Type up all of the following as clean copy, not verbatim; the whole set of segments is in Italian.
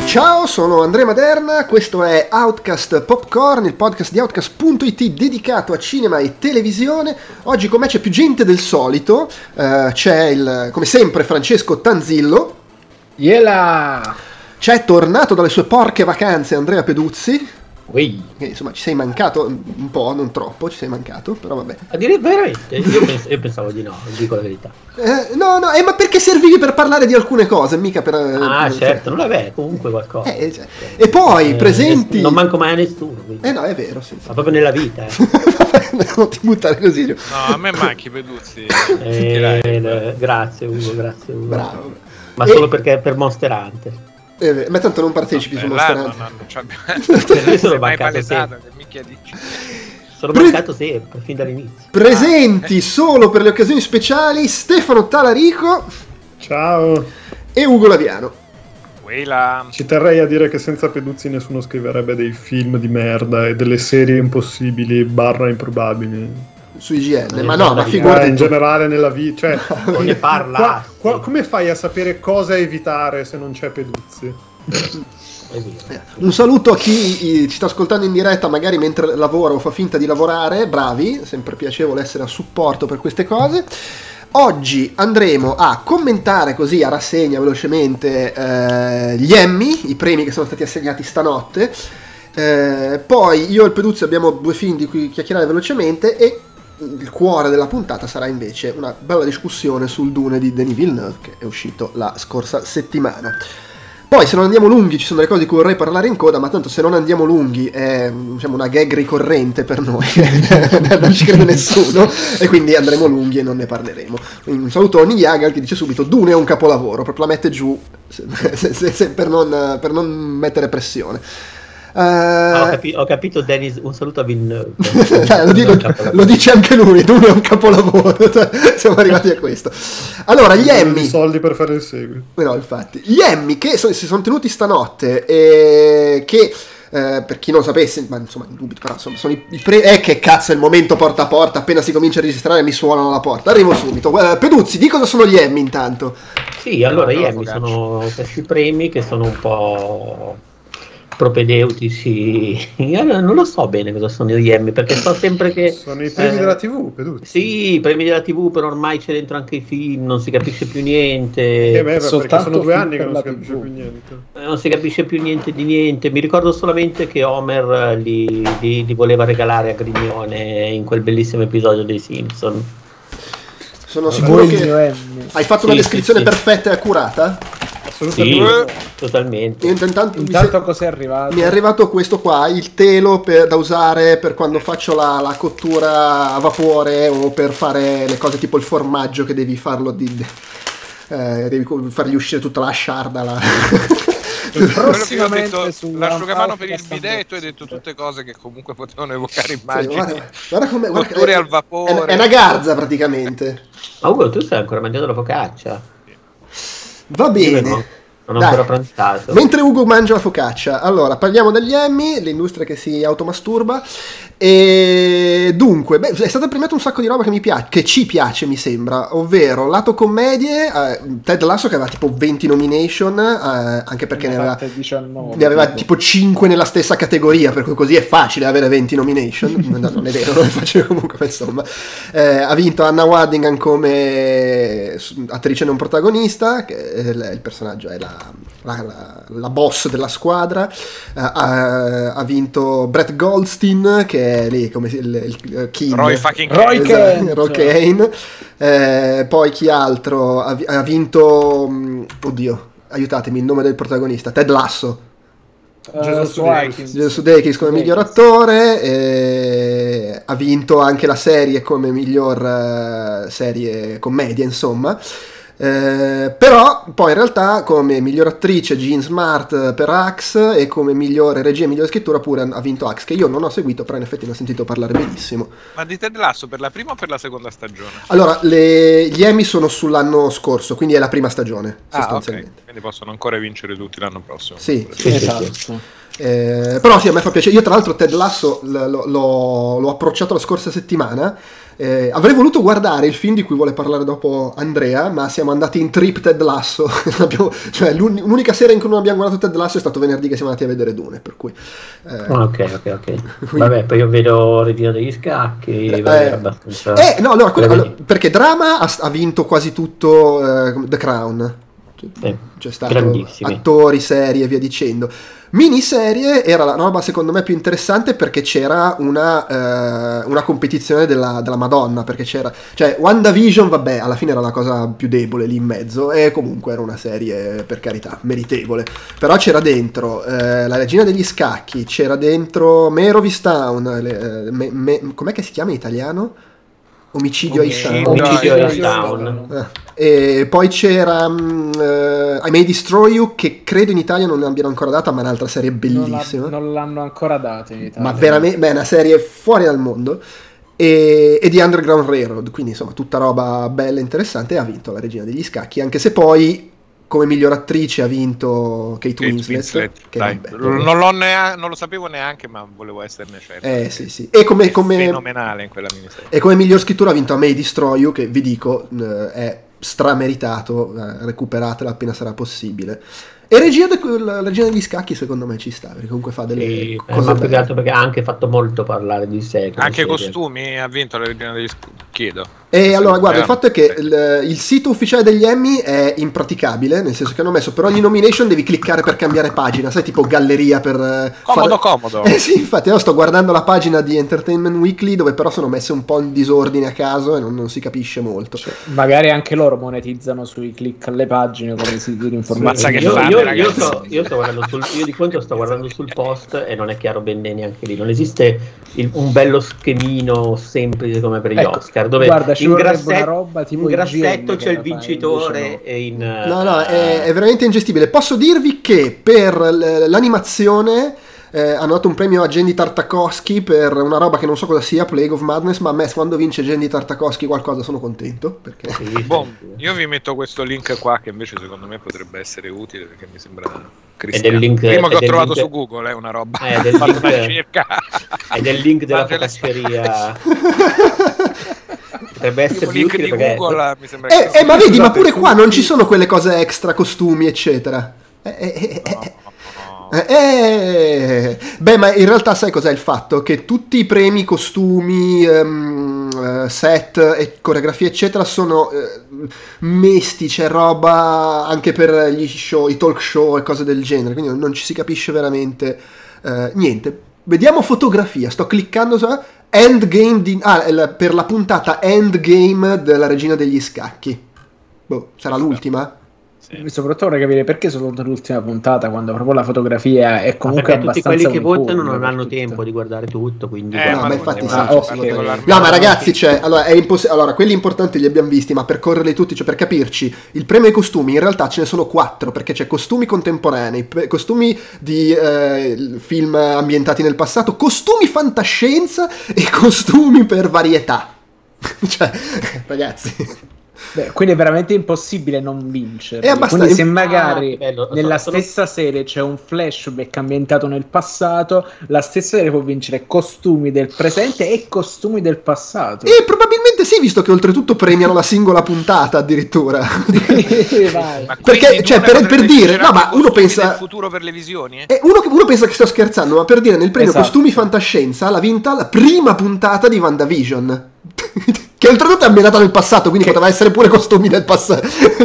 Ciao, sono Andrea Maderna, questo è Outcast Popcorn, il podcast di Outcast.it dedicato a cinema e televisione. Oggi con me c'è più gente del solito, c'è come sempre Francesco Tanzillo. Yela! C'è tornato dalle sue porche vacanze Andrea Peduzzi. Ui. Insomma, ci sei mancato un po', non troppo, ci sei mancato, però vabbè. A dire veramente? Io pensavo di no, dico la verità. No, ma perché servivi per parlare di alcune cose, mica per... Certo, non vabbè, comunque qualcosa. Cioè. E poi, presenti... Non manco mai a nessuno, quindi. No, è vero, sì. Ma proprio nella vita, Non ti buttare così. No, a me manchi, Peduzzi. Grazie Ugo, grazie Ugo. Bravo. Ma solo perché è per Monster Hunter. Ma tanto non partecipi su Monster Hunter. Io sono mancato sempre. Sono mancato sempre, fin dall'inizio. Presenti solo per le occasioni speciali Stefano Talarico. Ciao. E Ugo Laviano. Ci terrei a dire che senza Peduzzi nessuno scriverebbe dei film di merda e delle serie impossibili barra improbabili su IGN, ma no, ma figurati in generale nella vita, cioè non ne parla. Come fai a sapere cosa evitare se non c'è Peduzzi? Un saluto a chi ci sta ascoltando in diretta, magari mentre lavora o fa finta di lavorare. Bravi, sempre piacevole essere a supporto per queste cose. Oggi andremo a commentare così a rassegna velocemente gli Emmy, i premi che sono stati assegnati stanotte. Poi io e il Peduzzi abbiamo due film di cui chiacchierare velocemente e il cuore della puntata sarà invece una bella discussione sul Dune di Denis Villeneuve, che è uscito la scorsa settimana. Poi se non andiamo lunghi ci sono delle cose di cui vorrei parlare in coda, ma tanto se non andiamo lunghi è, diciamo, una gag ricorrente per noi, non ci crede nessuno, e quindi andremo lunghi e non ne parleremo. Quindi un saluto a Niyagal che dice subito Dune è un capolavoro, proprio la mette giù per non mettere pressione. Ho capito Dennis, un saluto a Villeneuve. Lo dice anche lui, Dune è un capolavoro. Siamo arrivati a questo. Allora, gli Emmy, i soldi per fare il seguito. No, infatti, gli Emmy che si sono tenuti stanotte e che per chi non sapesse, ma insomma in dubito, però insomma sono che cazzo è il momento porta a porta, appena si comincia a registrare mi suonano alla porta, arrivo subito. Peduzzi, di cosa sono gli Emmy intanto? Sì, allora gli Emmy sono questi premi che sono un po' propedeutici. Io non lo so bene cosa sono gli Emmy, perché so sempre che sono i premi della TV, Peduzzi. Sì, i premi della TV, però ormai c'è dentro anche i film, non si capisce più niente. Perché sono 2 anni che non si capisce più niente. Non si capisce più niente di niente. Mi ricordo solamente che Homer li voleva regalare a Grignone in quel bellissimo episodio dei Simpson. Sono sicuro che hai fatto una descrizione perfetta e accurata? Sì, totalmente. Intanto cos'è arrivato? Mi è arrivato questo qua, il telo da usare per quando faccio la cottura a vapore o per fare le cose tipo il formaggio che devi farlo devi fargli uscire tutta la sciarda Prossimamente l'asciugamano per il bidet, tu hai detto tutte cose che comunque potevano evocare immagini. Sì, guarda cotture al vapore. È una garza praticamente. Ma Ugo, tu stai ancora mangiando la focaccia? Va bene. Non ho ancora pranzato. Mentre Ugo mangia la focaccia, allora parliamo degli Emmy, l'industria che si automasturba. E dunque, è stato premiato un sacco di roba che mi piace, che ci piace mi sembra, ovvero lato commedie, Ted Lasso che aveva tipo 20 nomination, anche perché ne aveva tipo 5 nella stessa categoria, per cui così è facile avere 20 nomination. No, non è vero, non è facile comunque, ma insomma. Ha vinto Anna Waddingham come attrice non protagonista, che il personaggio è la boss della squadra. Ha vinto Brett Goldstein, che è lì come il King, Roy fucking Kane. Poi chi altro ha vinto? Oddio, aiutatemi, il nome del protagonista. Ted Lasso. Jason Sudeikis come miglior attore. Ha vinto anche la serie come miglior serie commedia, insomma. Però poi in realtà come miglior attrice Jean Smart per Axe e come migliore regia e migliore scrittura pure ha vinto Axe, che io non ho seguito, però in effetti ne ho sentito parlare benissimo. Ma di Ted Lasso per la prima o per la seconda stagione? Allora, gli Emmy sono sull'anno scorso, quindi è la prima stagione sostanzialmente. Okay. Quindi possono ancora vincere tutti l'anno prossimo. Sì, esatto. Però sì, a me fa piacere. Io tra l'altro Ted Lasso l'ho approcciato la scorsa settimana Avrei voluto guardare il film di cui vuole parlare dopo Andrea, ma siamo andati in trip Ted Lasso. Cioè, l'unica sera in cui non abbiamo guardato Ted Lasso è stato venerdì che siamo andati a vedere Dune, per cui ok. Vabbè, poi io vedo Regina degli Scacchi, abbastanza. Perché Drama ha vinto quasi tutto The Crown. C'è stato attori, serie e via dicendo. Miniserie era la roba secondo me più interessante, perché c'era una competizione della Madonna, perché c'era, cioè, WandaVision, vabbè, alla fine era la cosa più debole lì in mezzo, e comunque era una serie, per carità, meritevole, però c'era dentro La Regina degli Scacchi, c'era dentro Mare of Easttown, com'è che si chiama in italiano? Omicidio a Easttown. E poi c'era I May Destroy You, che credo in Italia non l'abbiano ancora data, ma è un'altra serie bellissima. Non l'hanno ancora data in Italia. Ma veramente è una serie fuori dal mondo. E di Underground Railroad, quindi insomma tutta roba bella e interessante, e ha vinto La Regina degli Scacchi, anche se poi come miglior attrice ha vinto Kate Winslet. Non lo sapevo neanche, ma volevo esserne certo. Sì. E come fenomenale in quella miniserie. E come miglior scrittura ha vinto A May Destroy You, che vi dico è strameritato, recuperatela appena sarà possibile. E La Regina degli Scacchi secondo me ci sta, perché comunque fa delle cose ma più che altro perché ha anche fatto molto parlare di sé. Anche costumi ha vinto La Regina degli Scacchi, chiedo. E allora guarda, il fatto è che il sito ufficiale degli Emmy è impraticabile, nel senso che hanno messo per ogni nomination devi cliccare per cambiare pagina, sai, tipo galleria per comodo. Sì, infatti io sto guardando la pagina di Entertainment Weekly, dove però sono messe un po' in disordine a caso e non si capisce molto. Cioè, magari anche loro monetizzano sui click alle pagine come siti di informazione. Io di conto sto guardando sul post e non è chiaro bene neanche lì. Non esiste un bello schemino semplice come per gli Oscar, dove guarda, in grassetto c'è il vincitore no, è veramente ingestibile. Posso dirvi che per l'animazione hanno dato un premio a Jenny Tartakovsky per una roba che non so cosa sia, Plague of Madness, ma a me quando vince Jenny Tartakovsky qualcosa sono contento, perché io vi metto questo link qua che invece secondo me potrebbe essere utile, perché mi sembra primo che ho trovato su Google, è una roba è del link della fotocceria. Potrebbe essere link utile di perché Google, mi sembra ma vedi, ma pure qua non ci sono quelle cose extra, costumi eccetera. Beh, ma in realtà sai cos'è il fatto? Che tutti i premi, costumi, set e coreografie eccetera sono mesti, c'è roba anche per gli show, i talk show e cose del genere, quindi non ci si capisce veramente niente. Vediamo fotografia, sto cliccando su Endgame per la puntata Endgame della Regina degli Scacchi. Sarà l'ultima? Soprattutto vorrei capire perché solo l'ultima puntata, quando proprio la fotografia è comunque abbastanza. Tutti quelli che votano non hanno tempo di guardare tutto, quindi ma infatti no, ma ragazzi, allora è impossibile. Allora, quelli importanti li abbiamo visti, ma per correrli tutti, cioè per capirci, il premio ai costumi in realtà ce ne sono 4, perché c'è costumi contemporanei, costumi di film ambientati nel passato, costumi fantascienza e costumi per varietà. Cioè, ragazzi, beh, quindi è veramente impossibile non vincere. Quindi se magari nella stessa serie c'è un flashback ambientato nel passato, la stessa serie può vincere costumi del presente e costumi del passato. E probabilmente sì, visto che oltretutto premiano la singola puntata addirittura. Perché cioè, per dire, no, ma uno pensa del futuro per le visioni, uno pensa che sto scherzando, ma per dire, nel premio costumi fantascienza l'ha vinta la prima puntata di WandaVision. Che oltretutto è ambientata nel passato, quindi poteva essere pure costumi del passato.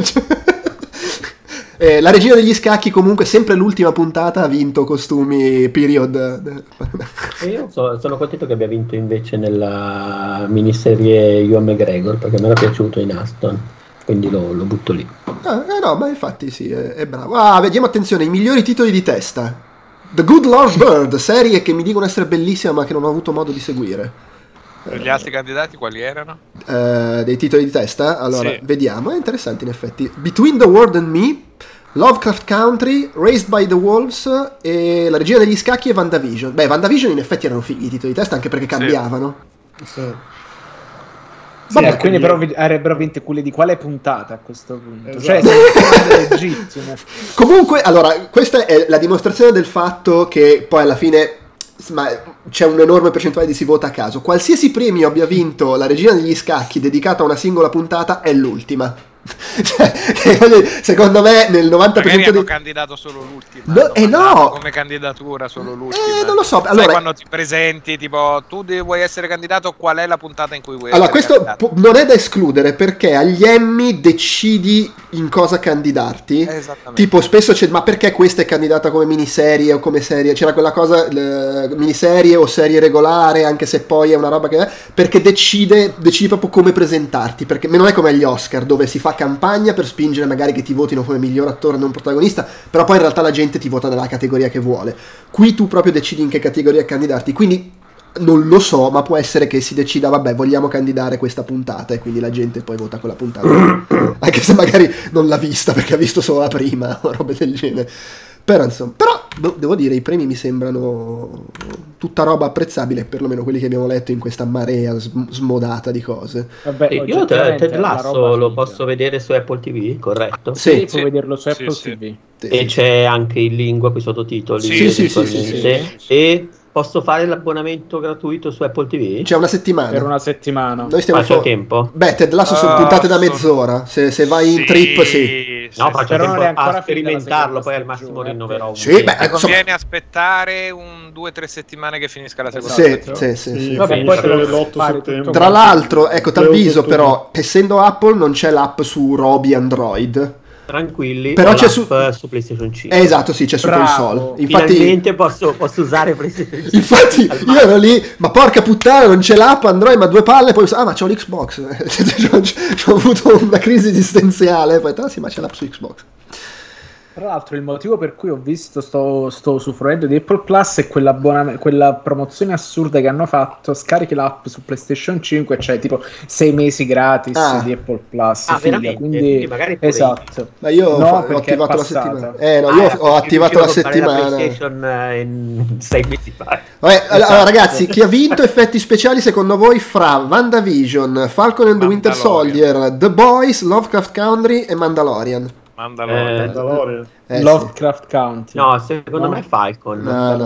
La Regina degli Scacchi comunque sempre l'ultima puntata ha vinto costumi period. Io sono contento che abbia vinto invece nella miniserie Ewan McGregor, perché mi era piaciuto in Aston, quindi lo butto lì. No, ma infatti sì, è bravo. Vediamo, attenzione, i migliori titoli di testa. The Good Lord Bird, serie che mi dicono essere bellissima ma che non ho avuto modo di seguire. Gli altri candidati quali erano? Dei titoli di testa? Allora, sì. Vediamo, è interessante in effetti. Between the World and Me, Lovecraft Country, Raised by the Wolves e La Regina degli Scacchi e WandaVision. Beh, WandaVision in effetti erano fighi i titoli di testa, anche perché cambiavano. Sì. Vabbè, quindi però avrebbero vinto quelli di quale puntata a questo punto? Cioè, è legittimo. Comunque, allora, questa è la dimostrazione del fatto che poi alla fine ma c'è un'enorme percentuale di si vota a caso. Qualsiasi premio abbia vinto la regina degli scacchi dedicata a una singola puntata è l'ultima. Secondo me nel 90% magari hanno candidato solo l'ultima, no, come candidatura solo l'ultima. Non lo so. Sai, allora, quando ti presenti, tipo tu vuoi essere candidato, qual è la puntata in cui vuoi allora, essere questo non è da escludere, perché agli Emmy decidi in cosa candidarti. Esattamente. Tipo spesso c'è, ma perché questa è candidata come miniserie o come serie? C'era quella cosa, miniserie o serie regolare, anche se poi è una roba che perché decidi proprio come presentarti, perché non è come agli Oscar dove si fa campagna per spingere magari che ti votino come miglior attore non protagonista, però poi in realtà la gente ti vota nella categoria che vuole. Qui tu proprio decidi in che categoria candidarti, quindi non lo so, ma può essere che si decida, vabbè, vogliamo candidare questa puntata e quindi la gente poi vota quella puntata anche se magari non l'ha vista perché ha visto solo la prima o robe del genere. Però insomma, devo dire, i premi mi sembrano tutta roba apprezzabile, perlomeno quelli che abbiamo letto in questa marea smodata di cose. Vabbè, io Ted Lasso lo posso vedere su Apple TV, corretto? Sì, puoi vederlo su Apple TV. E c'è anche in lingua con i sottotitoli. Sì. E posso fare l'abbonamento gratuito su Apple TV? C'è una settimana. Per una settimana. Noi stiamo tempo? Beh, Ted Lasso sono puntate da mezz'ora. Se vai in trip, sì. No, faccio tempo a sperimentarlo, poi al massimo rinnoverò. Conviene aspettare 2-3 settimane che finisca la seconda stagione. Sì. Vabbè, poi l'8 settembre. Tra l'altro, ecco, t'avviso però, essendo Apple non c'è l'app su Roby Android. Tranquilli, però c'è su PlayStation 5. Esatto, sì, c'è su console. Infatti, finalmente posso usare PlayStation 5. Infatti io ero lì, ma porca puttana, non c'è l'app Android, ma 2 palle, poi ma c'ho l'Xbox. Ho avuto una crisi esistenziale, poi sì, ma c'è l'app su Xbox. Tra l'altro il motivo per cui ho visto sto usufruendo di Apple Plus è quella promozione assurda che hanno fatto, scarichi l'app su PlayStation 5 e c'è tipo 6 mesi gratis di Apple Plus, quindi magari esatto. Ma io ho attivato la settimana. Io ho attivato la settimana. La PlayStation in 6 mesi fa. Vabbè, allora ragazzi, chi ha vinto effetti speciali secondo voi fra WandaVision, Falcon and the Winter Soldier, The Boys, Lovecraft Country e Mandalorian? Mandalorian. Lovecraft Country. No, secondo me Falcon.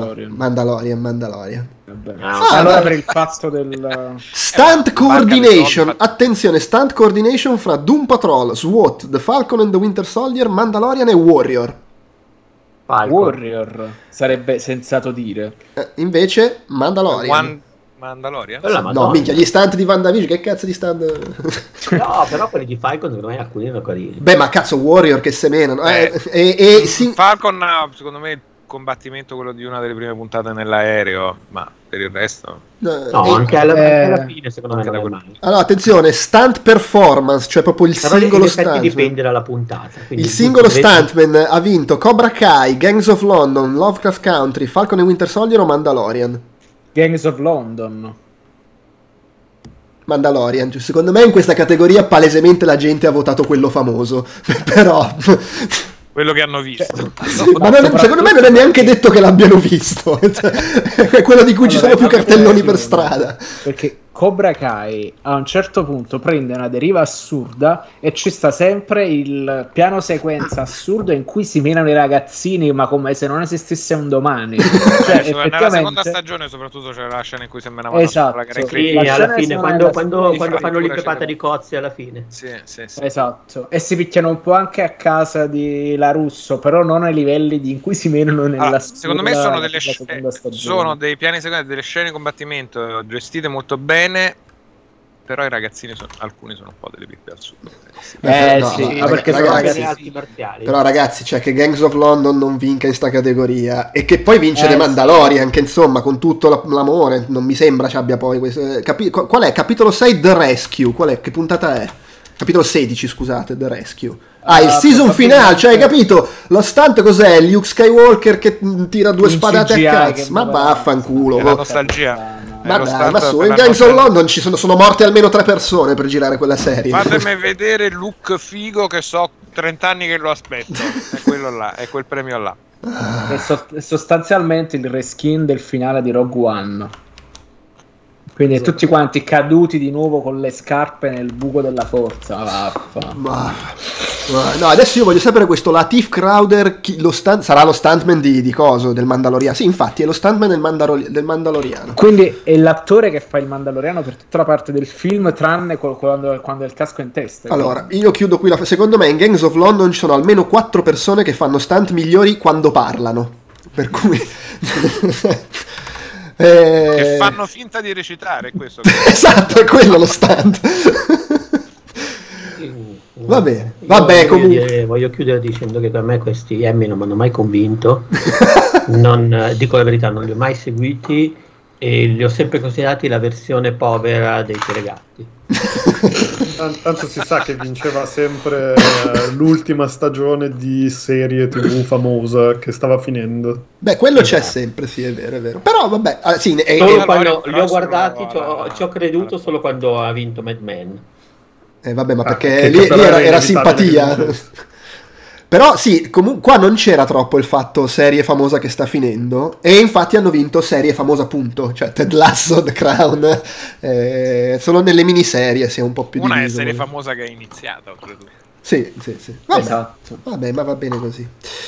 Mandalorian. Allora per il fatto del stunt coordination, attenzione, stunt coordination fra Doom Patrol, SWAT, The Falcon and the Winter Soldier, Mandalorian e Warrior. Warrior sarebbe sensato dire. Invece Mandalorian. Mandalorian? No, minchia, gli stunt di WandaVision, che cazzo di stunt? No, però quelli di Falcon secondo me alcuni erano carini. Beh, ma cazzo, Warrior che semenano. Falcon ha, secondo me, il combattimento quello di una delle prime puntate nell'aereo, ma per il resto anche alla fine secondo me non è male. Allora attenzione, stunt performance, cioè proprio il singolo stunt, dipende dalla puntata, il singolo stuntman ha vinto Cobra Kai, Gangs of London, Lovecraft Country, Falcon e Winter Soldier o Mandalorian? Gangs of London. Mandalorian, secondo me in questa categoria palesemente la gente ha votato quello famoso, però quello che hanno visto. Ma secondo me non è neanche detto che l'abbiano visto. È quello di cui ci sono più cartelloni per strada. Perché Cobra Kai a un certo punto prende una deriva assurda e ci sta sempre il piano sequenza assurdo in cui si menano i ragazzini, ma come se non esistesse un domani. Cioè, nella seconda stagione soprattutto c'è la scena in cui si menavano alla fine quando fanno l'impepata di cozze alla fine. Sì. Esatto. E si picchiano un po' anche a casa di La Russo, però non ai livelli in cui si menano nella secondo me sono sono dei piani sequenza, delle scene di combattimento gestite molto bene, però i ragazzini alcuni sono un po' delle pippe al sugo. Perché sono ragazzi arti marziali. Però ragazzi, cioè che Gangs of London non vinca in sta categoria e che poi vince The Mandalorian, che insomma con tutto l'amore non mi sembra ci abbia poi questo. Qual è? Capitolo 6 The Rescue, qual è? Che puntata è? Capitolo 16, scusate, The Rescue. Il season finale, cioè hai capito? Lo stunt cos'è? Luke Skywalker che tira 2 spadate a cazzo. Ma vaffanculo. La nostalgia. Ma su, in Gangs of London sono morte almeno 3 persone per girare quella serie. Fatemi vedere Luke figo che so 30 anni che lo aspetto. È quello là, è quel premio là. È sostanzialmente il reskin del finale di Rogue One. Quindi tutti quanti caduti di nuovo con le scarpe nel buco della forza. No, adesso io voglio sapere questo Lateef Crowder, sarà lo stuntman di coso, del Mandaloriano. Sì, infatti è lo stuntman del Mandaloriano. Quindi è l'attore che fa il Mandaloriano per tutta la parte del film, tranne quando il casco è in testa. Allora, io chiudo qui secondo me in Gangs of London ci sono almeno 4 persone che fanno stunt migliori quando parlano. Per cui... che fanno finta di recitare, questo. Esatto, è quello lo stunt. Va bene, vabbè, comunque voglio chiudere dicendo che per me questi Emmy non mi hanno mai convinto. Dico la verità, non li ho mai seguiti e li ho sempre considerati la versione povera dei Telegatti. Tanto si sa che vinceva sempre l'ultima stagione di serie TV famosa che stava finendo. Beh, quello c'è sempre, sì, è vero. Però vabbè, sì, solo quando li ho guardati ci ho creduto solo quando ha vinto Mad Men. Vabbè, ma perché lì era simpatia. Però sì, comunque qua non c'era troppo il fatto serie famosa che sta finendo, e infatti hanno vinto serie famosa punto, cioè Ted Lasso, The Crown, solo nelle miniserie si è un po' più diviso. Una è serie famosa che è iniziata, oltretutto. Sì. Vabbè, esatto. Vabbè, ma va bene così.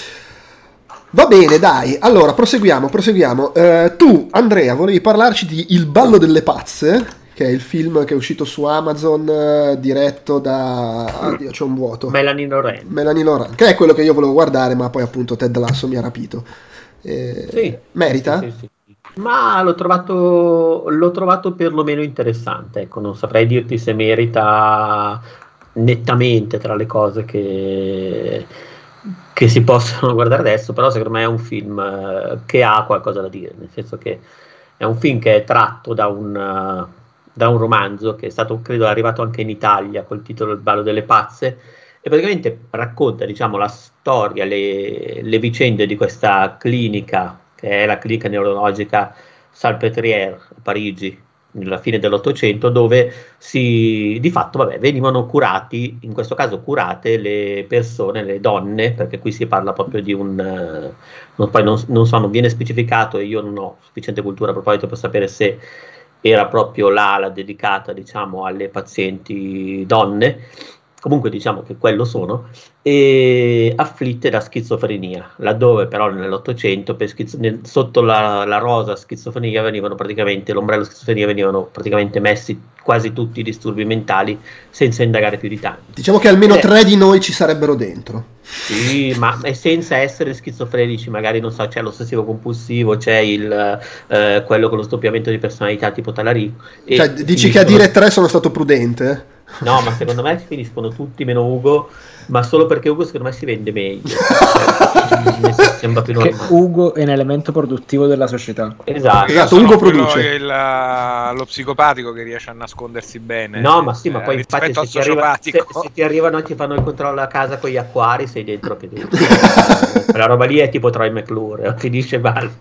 Va bene, dai, allora proseguiamo. Tu, Andrea, volevi parlarci di Il ballo delle pazze, che è il film che è uscito su Amazon, diretto da... Oddio, c'è un vuoto. Melanie Laurent, che è quello che io volevo guardare, ma poi appunto Ted Lasso mi ha rapito. Sì. Merita? Sì. Ma l'ho trovato perlomeno interessante, ecco, non saprei dirti se merita nettamente tra le cose che si possono guardare adesso, però secondo me è un film che ha qualcosa da dire, nel senso che è un film che è tratto da un romanzo che è stato, credo, arrivato anche in Italia col titolo Il ballo delle pazze, e praticamente racconta, diciamo, la storia, le vicende di questa clinica, che è la clinica neurologica Salpêtrière a Parigi, nella fine dell'Ottocento, dove di fatto venivano curati, in questo caso curate le persone, le donne, perché qui si parla proprio di non viene specificato, e io non ho sufficiente cultura a proposito per sapere se era proprio l'ala dedicata, diciamo, alle pazienti donne. Comunque diciamo che quello sono, e afflitte da schizofrenia, laddove però nell'Ottocento sotto la rosa schizofrenia l'ombrello schizofrenia venivano praticamente messi quasi tutti i disturbi mentali senza indagare più di tanto. Diciamo che almeno 3 di noi ci sarebbero dentro. Sì, ma senza essere schizofrenici, magari non so, c'è l'ossessivo compulsivo, c'è quello con lo sdoppiamento di personalità tipo Talarico. Cioè, dici che a dire 3 sono stato prudente? No, ma secondo me finiscono tutti meno Ugo, ma solo perché Ugo secondo me si vende meglio. Sembra più normale. Ugo è un elemento produttivo della società. Esatto, Ugo produce. Lo psicopatico che riesce a nascondersi bene. No, ma sì, ma poi infatti se ti arrivano e ti fanno il controllo a casa con gli acquari, sei dentro che tu. La roba lì è tipo Troy McClure, finisce male.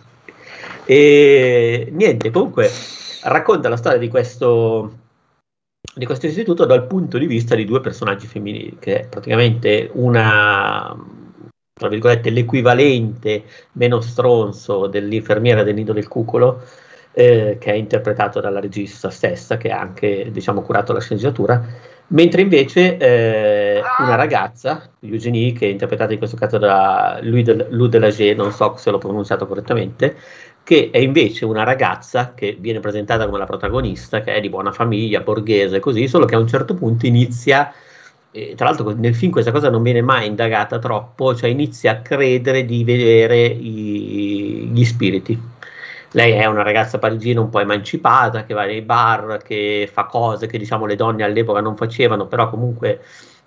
E niente, comunque racconta la storia di questo istituto dal punto di vista di 2 personaggi femminili, che è praticamente una, tra virgolette, l'equivalente meno stronzo dell'infermiera del Nido del Cuculo, che è interpretato dalla regista stessa, che ha anche, diciamo, curato la sceneggiatura, mentre invece una ragazza, Eugenie, che è interpretata in questo caso da Lou Delagé, non so se l'ho pronunciato correttamente, che è invece una ragazza che viene presentata come la protagonista, che è di buona famiglia, borghese, così, solo che a un certo punto inizia, tra l'altro nel film questa cosa non viene mai indagata troppo, cioè inizia a credere di vedere gli spiriti. Lei è una ragazza parigina un po' emancipata, che va nei bar, che fa cose che, diciamo, le donne all'epoca non facevano, però comunque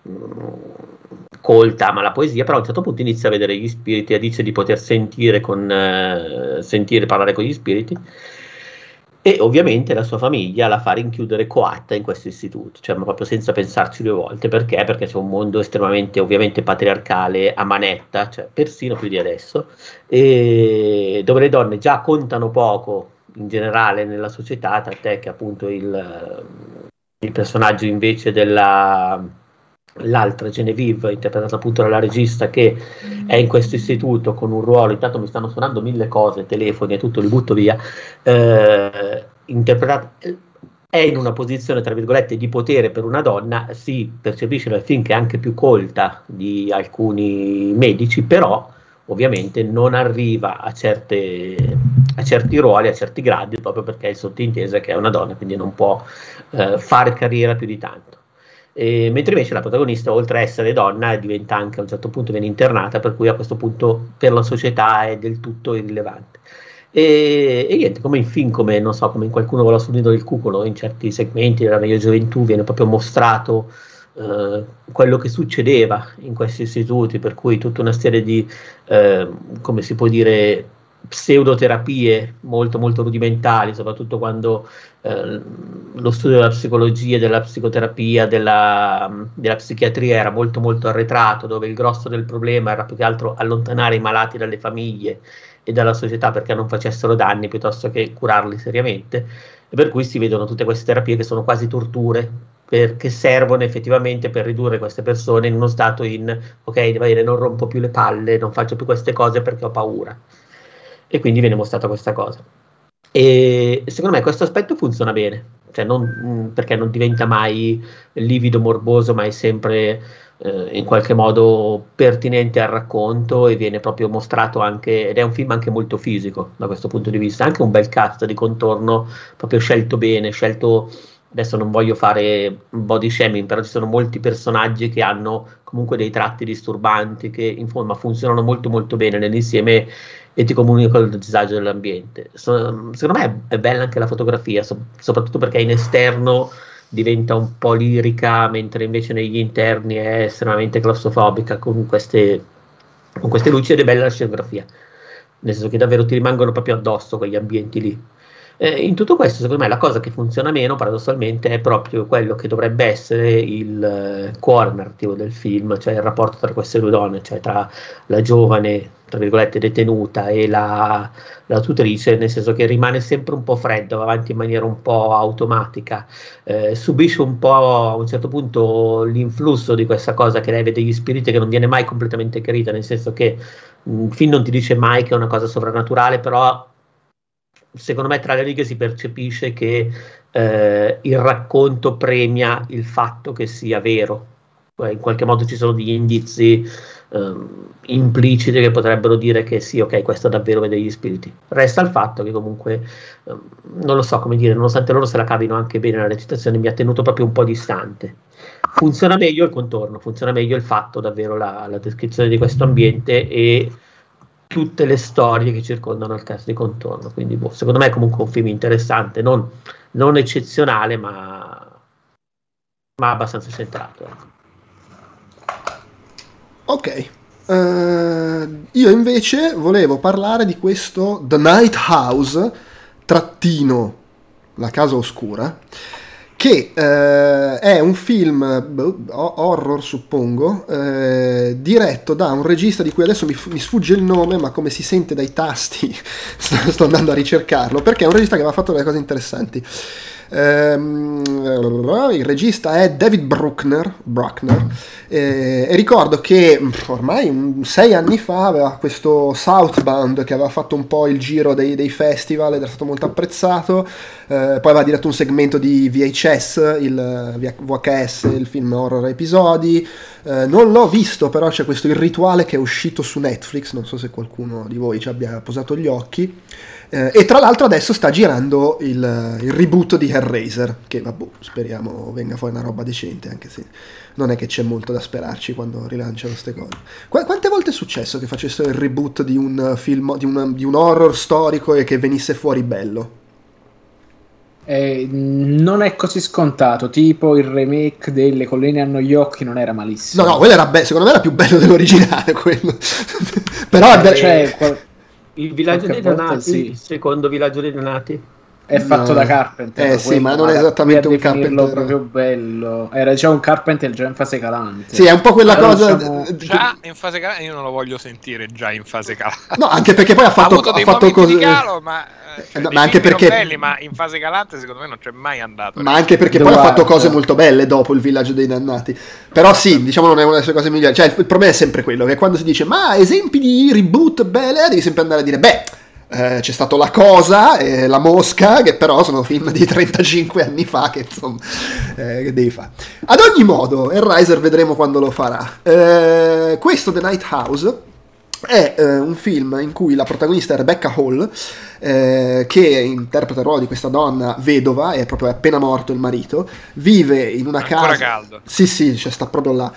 colta, ama la poesia, però a un certo punto inizia a vedere gli spiriti e dice di poter sentire parlare con gli spiriti, e ovviamente la sua famiglia la fa rinchiudere coatta in questo istituto, cioè ma proprio senza pensarci 2 volte. Perché? Perché c'è un mondo estremamente, ovviamente, patriarcale a manetta, cioè persino più di adesso, e dove le donne già contano poco in generale nella società, tant'è che appunto il personaggio invece l'altra Genevieve, interpretata appunto dalla regista, che è in questo istituto con un ruolo, intanto mi stanno suonando 1000 cose, telefoni e tutto, li butto via, interpretata, è in una posizione, tra virgolette, di potere per una donna, si percepisce nel film che è anche più colta di alcuni medici, però ovviamente non arriva a certi ruoli, a certi gradi, proprio perché è sottinteso che è una donna, quindi non può fare carriera più di tanto. Mentre invece la protagonista, oltre a essere donna, diventa anche, a un certo punto viene internata, per cui a questo punto per la società è del tutto irrilevante. E niente, come in film, come non so, come in Qualcuno vola sul nido del cuculo, in certi segmenti della mia gioventù viene proprio mostrato quello che succedeva in questi istituti, per cui tutta una serie di come si può dire, pseudoterapie molto molto rudimentali, soprattutto quando lo studio della psicologia, della psicoterapia, della psichiatria era molto molto arretrato, dove il grosso del problema era più che altro allontanare i malati dalle famiglie e dalla società perché non facessero danni piuttosto che curarli seriamente, e per cui si vedono tutte queste terapie che sono quasi torture, perché servono effettivamente per ridurre queste persone in uno stato ok, devo dire, non rompo più le palle, non faccio più queste cose perché ho paura, e quindi viene mostrata questa cosa. E secondo me questo aspetto funziona bene, cioè perché non diventa mai livido, morboso, ma è sempre in qualche modo pertinente al racconto, e viene proprio mostrato anche, ed è un film anche molto fisico da questo punto di vista, anche un bel cast di contorno proprio scelto bene, adesso non voglio fare body shaming, però ci sono molti personaggi che hanno comunque dei tratti disturbanti che insomma funzionano molto molto bene nell'insieme e ti comunicano il disagio dell'ambiente. Secondo me è bella anche la fotografia, soprattutto perché in esterno diventa un po' lirica, mentre invece negli interni è estremamente claustrofobica con queste luci, ed è bella la scenografia, nel senso che davvero ti rimangono proprio addosso quegli ambienti lì. In tutto questo, secondo me, la cosa che funziona meno, paradossalmente, è proprio quello che dovrebbe essere il cuore narrativo del film, cioè il rapporto tra queste due donne, cioè tra la giovane, tra virgolette, detenuta e la tutrice, nel senso che rimane sempre un po' freddo, va avanti in maniera un po' automatica, subisce un po' a un certo punto l'influsso di questa cosa che lei vede gli spiriti, che non viene mai completamente chiarita, nel senso che il film non ti dice mai che è una cosa sovrannaturale, però secondo me tra le righe si percepisce che il racconto premia il fatto che sia vero. In qualche modo ci sono degli indizi impliciti che potrebbero dire che sì, ok, questo davvero vede gli spiriti. Resta il fatto che comunque non lo so come dire, nonostante loro se la cavino anche bene la recitazione, mi ha tenuto proprio un po' distante. Funziona meglio il contorno, funziona meglio il fatto, davvero la descrizione di questo ambiente e tutte le storie che circondano il cast di contorno, quindi secondo me è comunque un film interessante, non eccezionale, ma abbastanza centrato. Ok, io invece volevo parlare di questo The Night House / La casa oscura, che è un film horror, suppongo, diretto da un regista di cui adesso mi sfugge il nome, ma come si sente dai tasti sto andando a ricercarlo, perché è un regista che aveva fatto delle cose interessanti. Il regista è David Bruckner, e ricordo che ormai 6 anni fa aveva questo Southbound che aveva fatto un po' il giro dei festival ed era stato molto apprezzato, poi aveva diretto un segmento di VHS, il VHS, il film horror episodi. Non l'ho visto, però c'è questo Il Rituale che è uscito su Netflix, non so se qualcuno di voi ci abbia posato gli occhi. E tra l'altro adesso sta girando il reboot di Hellraiser, che vabbè, speriamo venga fuori una roba decente, anche se non è che c'è molto da sperarci quando rilanciano queste cose. Quante volte è successo che facessero il reboot di un film, di un horror storico e che venisse fuori bello? Non è così scontato, tipo il remake delle Colline hanno gli occhi non era malissimo. No, quello era secondo me era più bello dell'originale quello. Però il Villaggio dei Danati, sì. Il secondo Villaggio dei Danati è fatto da Carpenter. Sì, ma non è esattamente un Carpenter proprio bello. Era già un Carpenter già in fase calante. Sì, è un po' quella cosa. Già in fase calante, io non lo voglio sentire già in fase calante. No, anche perché poi ha fatto cose di calo, ma anche perché belli, ma in fase calante secondo me non c'è mai andato. Ma anche perché poi ha fatto cose molto belle dopo il Villaggio dei Dannati. Però sì, diciamo non è una delle sue cose migliori. Cioè il problema è sempre quello, che quando si dice ma esempi di reboot belle, devi sempre andare a dire c'è stato La Cosa e La Mosca, che però sono film di 35 anni fa, che insomma, che devi fare. Ad ogni modo, Hellraiser vedremo quando lo farà. Questo The Night House è un film in cui la protagonista è Rebecca Hall, che interpreta il ruolo di questa donna vedova, è proprio appena morto il marito, vive in una casa... Ancora caldo. Sì, cioè sta proprio là.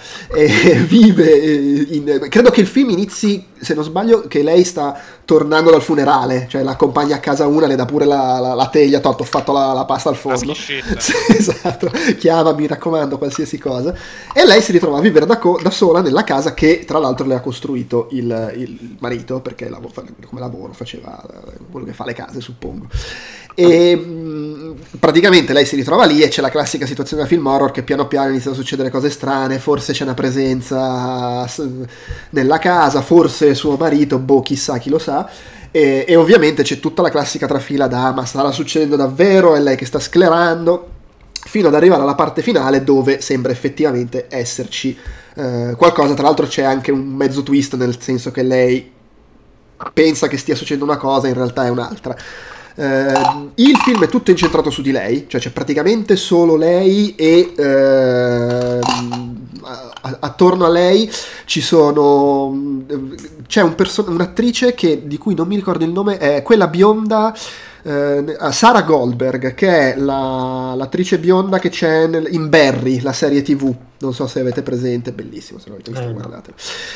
Vive credo che il film inizi, se non sbaglio, che lei sta tornando dal funerale, cioè l'accompagna a casa una, le dà pure la teglia, ho fatto la pasta al forno. Sì, esatto, chiamami, mi raccomando, qualsiasi cosa. E lei si ritrova a vivere da sola nella casa che tra l'altro le ha costruito il marito, perché come lavoro faceva quello che fa le case, suppongo. E praticamente lei si ritrova lì e c'è la classica situazione da film horror, che piano piano iniziano a succedere cose strane, forse c'è una presenza nella casa, forse suo marito, chissà, chi lo sa. E ovviamente c'è tutta la classica trafila ma starà succedendo davvero, è lei che sta sclerando, fino ad arrivare alla parte finale dove sembra effettivamente esserci qualcosa. Tra l'altro c'è anche un mezzo twist, nel senso che lei pensa che stia succedendo una cosa, in realtà è un'altra. Il film è tutto incentrato su di lei, cioè c'è praticamente solo lei e attorno a lei c'è un'attrice di cui non mi ricordo il nome, è quella bionda, Sarah Goldberg, che è l'attrice bionda che c'è in Barry, la serie TV. Non so se avete presente, bellissimo, se non avete visto, guardate.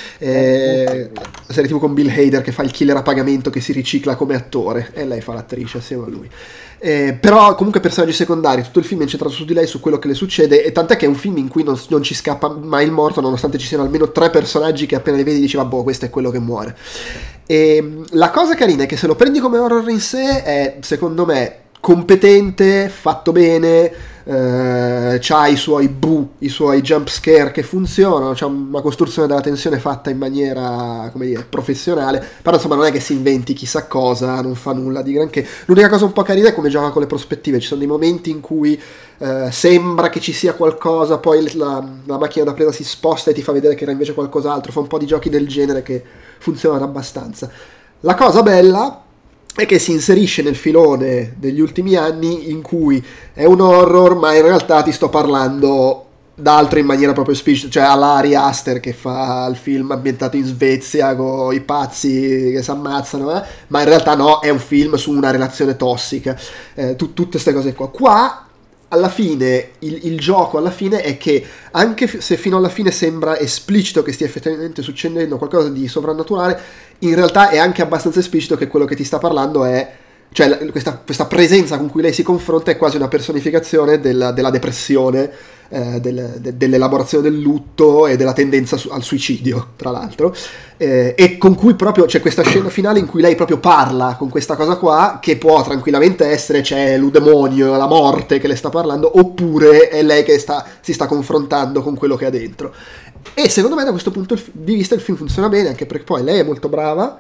La serie TV con Bill Hader che fa il killer a pagamento, che si ricicla come attore, e lei fa l'attrice assieme a lui. Però comunque personaggi secondari, tutto il film è incentrato su di lei, su quello che le succede, e tant'è che è un film in cui non ci scappa mai il morto, nonostante ci siano almeno 3 personaggi che appena li vedi dici questo è quello che muore. E la cosa carina è che se lo prendi come horror in sé è, secondo me, competente, fatto bene, c'ha i suoi i suoi jump scare che funzionano, c'ha una costruzione della tensione fatta in maniera, come dire, professionale, però insomma non è che si inventi chissà cosa, non fa nulla di granché. L'unica cosa un po' carina è come gioca con le prospettive, ci sono dei momenti in cui sembra che ci sia qualcosa, poi la macchina da presa si sposta e ti fa vedere che era invece qualcos'altro, fa un po' di giochi del genere che funzionano abbastanza. La cosa bella è che si inserisce nel filone degli ultimi anni in cui è un horror, ma in realtà ti sto parlando d'altro in maniera proprio esplicita, cioè all'Ari Aster che fa il film ambientato in Svezia con i pazzi che si ammazzano, ma in realtà no, è un film su una relazione tossica, tutte queste cose qua. Alla fine, il gioco alla fine è che, anche se fino alla fine sembra esplicito che stia effettivamente succedendo qualcosa di sovrannaturale, in realtà è anche abbastanza esplicito che quello che ti sta parlando è, cioè questa presenza con cui lei si confronta è quasi una personificazione della depressione, dell'elaborazione del lutto e della tendenza al suicidio, tra l'altro, e con cui proprio c'è questa scena finale in cui lei proprio parla con questa cosa qua, che può tranquillamente essere c'è l'udemonio, la morte che le sta parlando, oppure è lei che si sta confrontando con quello che ha dentro. E secondo me da questo punto di vista il film funziona bene, anche perché poi lei è molto brava,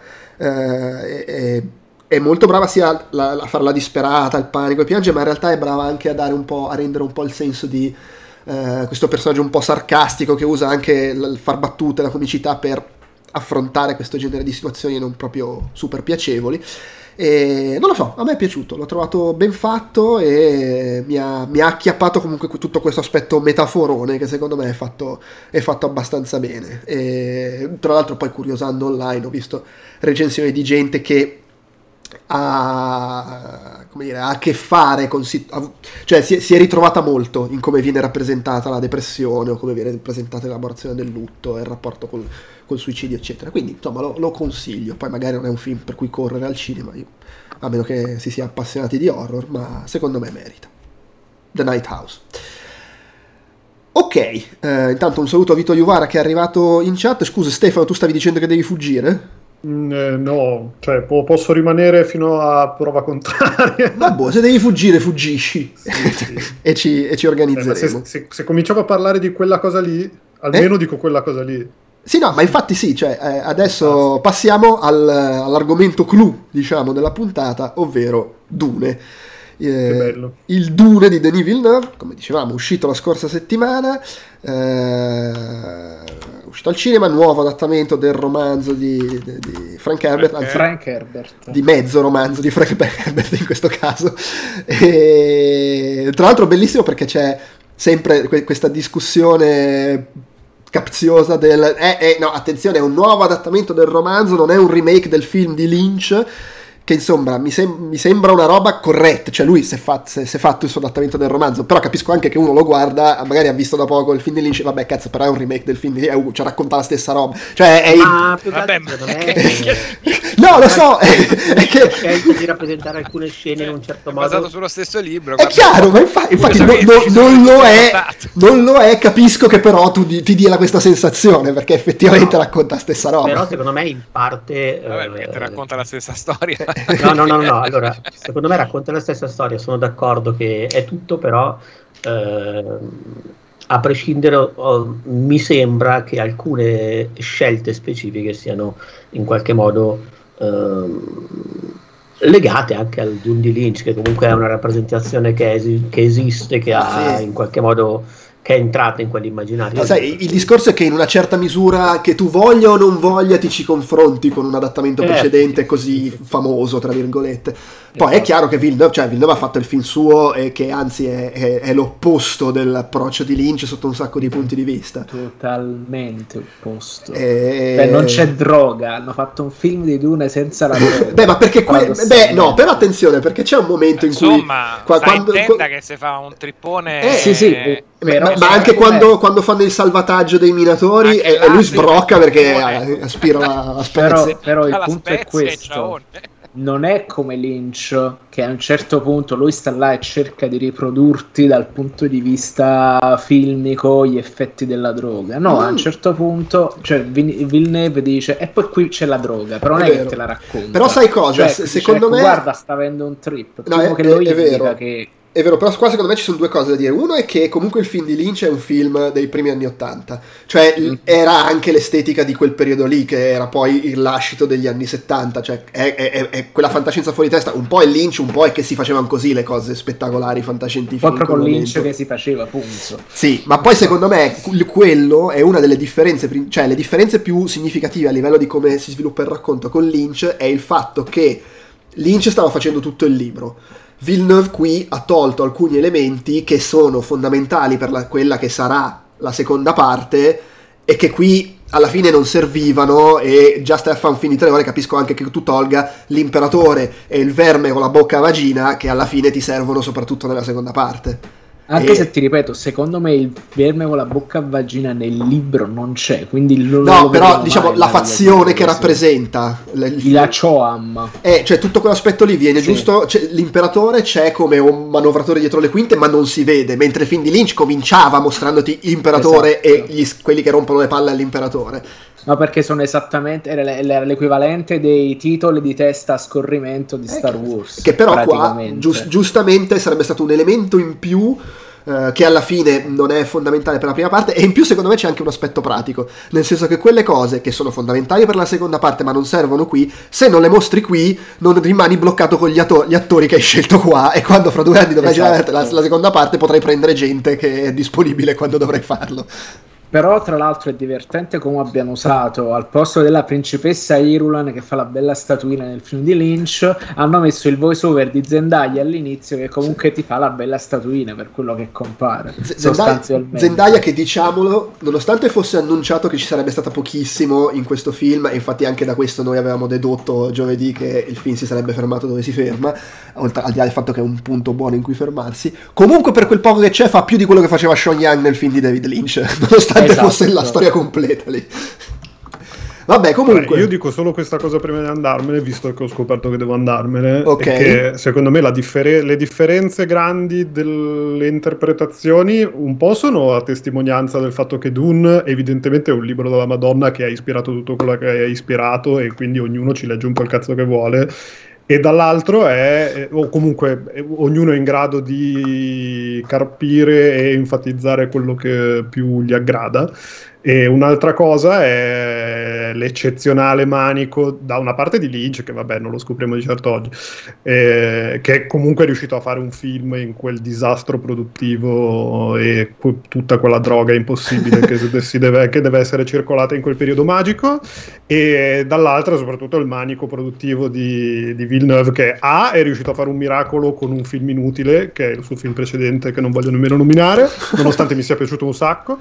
è molto brava sia a fare la disperata, il panico, il piange, ma in realtà è brava anche a rendere un po' il senso di questo personaggio un po' sarcastico, che usa anche il far battute, la comicità per affrontare questo genere di situazioni non proprio super piacevoli. E non lo so, a me è piaciuto, l'ho trovato ben fatto e mi ha acchiappato comunque tutto questo aspetto metaforone che secondo me è fatto abbastanza bene. E tra l'altro poi, curiosando online, ho visto recensioni di gente che ha a che fare con, cioè si è ritrovata molto in come viene rappresentata la depressione o come viene rappresentata l'elaborazione del lutto e il rapporto col suicidio, eccetera. Quindi insomma lo consiglio. Poi magari non è un film per cui correre al cinema, a meno che si sia appassionati di horror, ma secondo me merita. The Night House. Ok, intanto un saluto a Vito Iuvara che è arrivato in chat. Scusa Stefano, tu stavi dicendo che devi fuggire? No, cioè posso rimanere fino a prova contraria. Vabbè, se devi fuggire, fuggisci. Sì. e ci organizzeremo. Se cominciamo a parlare di quella cosa lì, almeno dico quella cosa lì. Sì, no, ma infatti sì, cioè, adesso passiamo all'argomento clou, diciamo, della puntata, ovvero Dune. il Dune di Denis Villeneuve, come dicevamo, uscito la scorsa settimana, uscito al cinema, nuovo adattamento del romanzo di Frank Herbert, di mezzo romanzo di Frank Herbert in questo caso, e tra l'altro bellissimo perché c'è sempre questa discussione capziosa del no, attenzione, è un nuovo adattamento del romanzo, non è un remake del film di Lynch, che insomma mi sembra una roba corretta, cioè lui si è fatto il suo adattamento del romanzo, però capisco anche che uno lo guarda, magari ha visto da poco il film di Lynch, vabbè cazzo, però è un remake del film di Lynch, cioè racconta la stessa roba, cioè è no, lo so, è che scelto di rappresentare alcune scene in un certo modo basato sullo stesso libro, è chiaro, ma infatti non lo è, capisco che però tu ti dia questa sensazione, perché effettivamente racconta la stessa roba, però secondo me in parte ti racconta la stessa storia. No, allora secondo me racconta la stessa storia, sono d'accordo che è tutto, però a prescindere mi sembra che alcune scelte specifiche siano in qualche modo legate anche al Dune di Lynch, che comunque è una rappresentazione che esiste, che ha in qualche modo, che è entrata in quell'immaginario. Sai, il discorso è che in una certa misura, che tu voglia o non voglia, ti ci confronti con un adattamento precedente così famoso, tra virgolette. Poi è chiaro che Villeneuve ha fatto il film suo e che anzi è l'opposto dell'approccio di Lynch sotto un sacco di punti di vista. Totalmente opposto. Non c'è droga, hanno fatto un film di Dune senza la droga. Ma perché no, però attenzione, perché c'è un momento in cui quando che si fa un trippone ma anche quando fanno il salvataggio dei minatori e lui sbrocca perché aspira la spezia. Però il punto è questo. Non è come Lynch, che a un certo punto lui sta là e cerca di riprodurti dal punto di vista filmico gli effetti della droga. No, a un certo punto, cioè Villeneuve dice e poi qui c'è la droga, però non è che te la racconta. Però sai cosa? Cioè, secondo me guarda, sta avendo un trip. No, che è vero. È vero, però qua secondo me ci sono due cose da dire. Uno è che comunque il film di Lynch è un film dei primi anni '80, cioè era anche l'estetica di quel periodo lì, che era poi il lascito degli anni '70, cioè è quella fantascienza fuori testa, un po' è Lynch, un po' è che si facevano così le cose spettacolari, fantascientifiche. Un po' proprio Lynch che si faceva, punto. Sì, ma poi secondo me quello è una delle differenze, cioè le differenze più significative a livello di come si sviluppa il racconto con Lynch è il fatto che Lynch stava facendo tutto il libro. Villeneuve qui ha tolto alcuni elementi che sono fondamentali per quella che sarà la seconda parte e che qui alla fine non servivano, e già stai a fare un film di 3 ore, capisco anche che tu tolga l'imperatore e il verme con la bocca a vagina, che alla fine ti servono soprattutto nella seconda parte. Anche se ti ripeto, secondo me il verme con la bocca a vagina nel libro non c'è, quindi però diciamo la fazione che rappresenta la Choam, cioè tutto quell'aspetto lì viene giusto, l'imperatore c'è come un manovratore dietro le quinte, ma non si vede, mentre il film di Lynch cominciava mostrandoti l'imperatore e quelli che rompono le palle all'imperatore. No, perché sono esattamente era l'equivalente dei titoli di testa a scorrimento di Star Wars. Che però qua giustamente sarebbe stato un elemento in più che alla fine non è fondamentale per la prima parte, e in più secondo me c'è anche un aspetto pratico, nel senso che quelle cose che sono fondamentali per la seconda parte ma non servono qui, se non le mostri qui non rimani bloccato con gli attori che hai scelto qua, e quando fra 2 anni dovrai girare la seconda parte potrai prendere gente che è disponibile quando dovrai farlo. Però tra l'altro è divertente come abbiano usato, al posto della principessa Irulan che fa la bella statuina nel film di Lynch, hanno messo il voice over di Zendaya all'inizio, che comunque ti fa la bella statuina per quello che compare. Zendaya che, diciamolo, nonostante fosse annunciato che ci sarebbe stata pochissimo in questo film, e infatti anche da questo noi avevamo dedotto giovedì che il film si sarebbe fermato dove si ferma, al di là del fatto che è un punto buono in cui fermarsi, comunque per quel poco che c'è fa più di quello che faceva Sean Young nel film di David Lynch, nonostante fosse la storia completa lì. Vabbè, comunque io dico solo questa cosa prima di andarmene, visto che ho scoperto che devo andarmene, che secondo me le differenze grandi delle interpretazioni un po' sono a testimonianza del fatto che Dune evidentemente è un libro della Madonna che ha ispirato tutto quello che ha ispirato, e quindi ognuno ci legge un po' il cazzo che vuole, e dall'altro o comunque ognuno è in grado di carpire e enfatizzare quello che più gli aggrada. E un'altra cosa è l'eccezionale Manico, da una parte di Lynch, che vabbè non lo scopriamo di certo oggi, che comunque è riuscito a fare un film in quel disastro produttivo e tutta quella droga impossibile che deve essere circolata in quel periodo magico, e dall'altra soprattutto il manico produttivo di Villeneuve, che è riuscito a fare un miracolo con un film inutile, che è il suo film precedente che non voglio nemmeno nominare, nonostante mi sia piaciuto un sacco,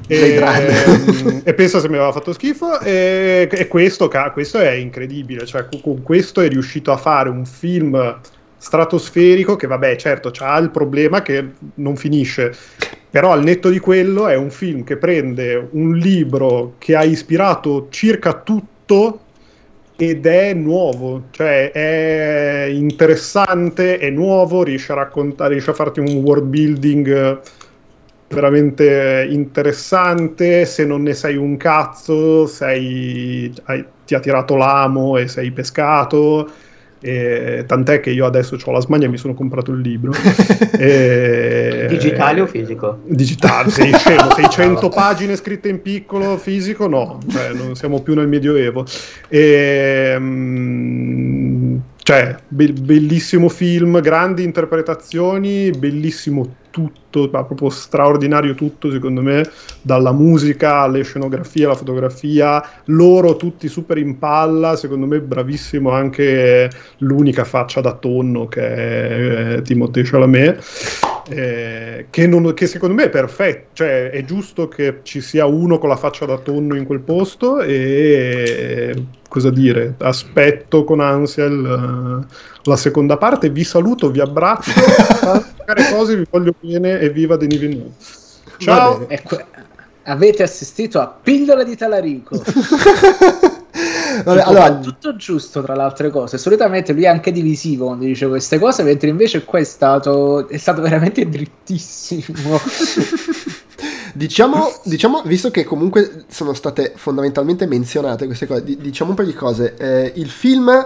e pensa se mi aveva fatto schifo, e questo è incredibile, cioè con questo è riuscito a fare un film stratosferico che vabbè certo c'ha il problema che non finisce, però al netto di quello è un film che prende un libro che ha ispirato circa tutto ed è nuovo, cioè è interessante, è nuovo, riesce a raccontare, riesce a farti un world building veramente interessante. Se non ne sai un cazzo, ti ha tirato l'amo e sei pescato. Tant'è che io adesso ho la smania e mi sono comprato il libro. Digitale o fisico? Digitale, sei scemo, 600 pagine scritte in piccolo, fisico no, cioè non siamo più nel Medioevo. Cioè, bellissimo film, grandi interpretazioni, bellissimo tutto, ma proprio straordinario tutto secondo me, dalla musica alle scenografie, alla fotografia, loro tutti super in palla, secondo me bravissimo anche l'unica faccia da tonno che è Timothée Chalamet, che secondo me è perfetto, cioè è giusto che ci sia uno con la faccia da tonno in quel posto, e cosa dire, aspetto con ansia la seconda parte. Vi saluto, vi abbraccio, cose, vi voglio bene e viva Denis Villeneuve. Ciao. Avete assistito a Pillola di Talarico. Vabbè, allora, tutto giusto tra le altre cose. Solitamente lui è anche divisivo quando dice queste cose, mentre invece qua è stato veramente drittissimo. Diciamo, visto che comunque sono state fondamentalmente menzionate queste cose, diciamo un paio di cose. Il film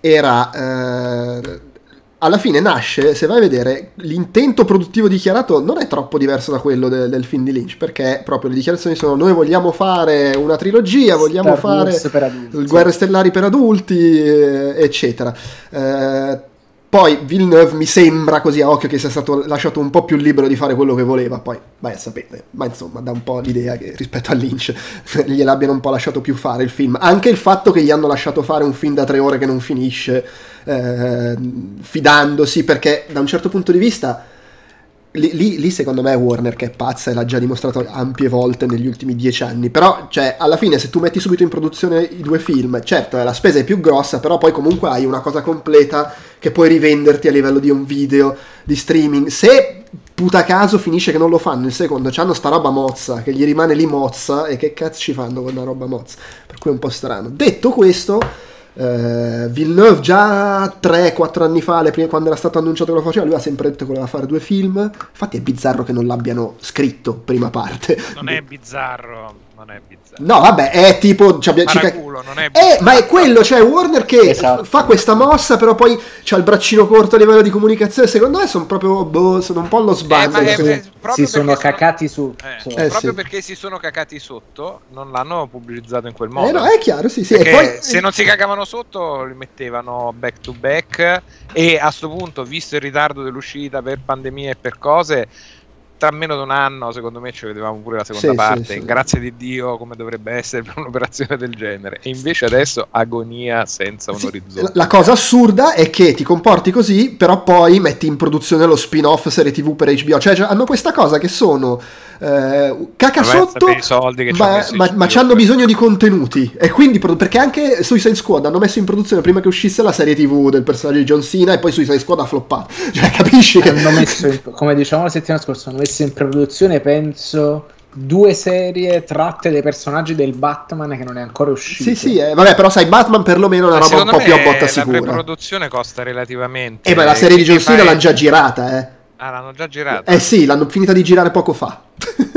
era alla fine nasce, se vai a vedere, l'intento produttivo dichiarato non è troppo diverso da quello del film di Lynch, perché proprio le dichiarazioni sono: noi vogliamo fare una trilogia, vogliamo fare Guerre Stellari per adulti, eccetera. Poi Villeneuve mi sembra così a occhio che sia stato lasciato un po' più libero di fare quello che voleva, poi vai a sapere, ma insomma dà un po' l'idea che rispetto a Lynch gliel'abbiano un po' lasciato più fare il film. Anche il fatto che gli hanno lasciato fare un film da 3 ore che non finisce, fidandosi, perché da un certo punto di vista lì secondo me è Warner che è pazza, e l'ha già dimostrato ampie volte negli ultimi 10 anni. Però cioè alla fine se tu metti subito in produzione i 2 film, certo la spesa è più grossa, però poi comunque hai una cosa completa che puoi rivenderti a livello di un video, di streaming. Se puta caso finisce che non lo fanno il secondo, c'hanno sta roba mozza che gli rimane lì mozza, e che cazzo ci fanno con una roba mozza, per cui è un po' strano. Detto questo, Villeneuve già 3-4 anni fa, quando era stato annunciato che lo faceva, lui ha sempre detto che voleva fare 2 film. Infatti è bizzarro che non l'abbiano scritto prima parte. Non è bizzarro. No, vabbè, è tipo non è ma è quello, cioè Warner che fa questa mossa, però poi c'ha il braccino corto a livello di comunicazione. Secondo me sono proprio sono un po' allo sbando. Si sono cacati su. Proprio perché si sono cacati sotto, non l'hanno pubblicizzato in quel modo. No, è chiaro, sì. E poi se non si cagavano sotto li mettevano back to back, e a sto punto, visto il ritardo dell'uscita per pandemia e per cose, tra meno di un anno secondo me ci vedevamo pure la seconda parte. Sì. Grazie di Dio, come dovrebbe essere per un'operazione del genere. E invece adesso agonia senza un orizzonte. La cosa assurda è che ti comporti così, però poi metti in produzione lo spin-off serie TV per HBO. Cioè hanno questa cosa che sono caca sotto, ma c'hanno bisogno di contenuti, e quindi perché anche Suicide Squad hanno messo in produzione prima che uscisse la serie TV del personaggio di John Cena, e poi Suicide Squad ha floppato. Cioè capisci che hanno messo come dicevamo la settimana scorsa, hanno messo in produzione penso 2 serie tratte dai personaggi del Batman che non è ancora uscito. Sì, vabbè, però sai, Batman perlomeno è una roba un po' più a botta sicura. La preproduzione costa relativamente. Ma la serie di John Cena l'hanno già girata, l'hanno già girata? Sì, l'hanno finita di girare poco fa.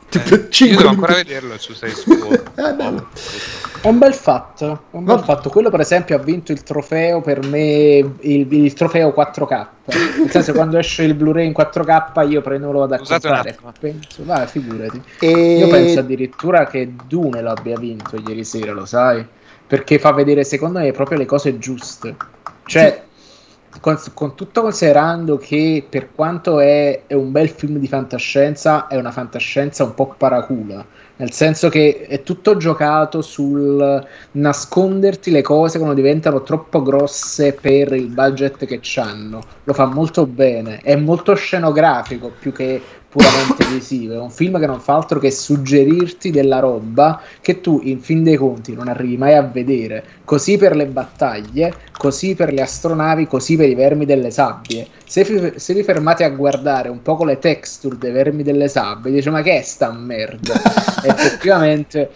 Io devo ancora vederlo su Suicide Squad. È un bel fatto, quello per esempio ha vinto il trofeo per me, il trofeo 4K, nel senso quando esce il Blu-ray in 4K io prendo lo da comprare, penso, figurati. Io penso addirittura che Dune lo abbia vinto ieri sera, lo sai, perché fa vedere secondo me proprio le cose giuste, cioè con tutto considerando che per quanto è un bel film di fantascienza, è una fantascienza un po' paracula, nel senso che è tutto giocato sul nasconderti le cose quando diventano troppo grosse per il budget che c'hanno. Lo fa molto bene, è molto scenografico più che puramente visivo, è un film che non fa altro che suggerirti della roba che tu in fin dei conti non arrivi mai a vedere, così per le battaglie, così per le astronavi, così per i vermi delle sabbie. Se vi fermate a guardare un po' con le texture dei vermi delle sabbie, dice ma che è sta merda? Effettivamente,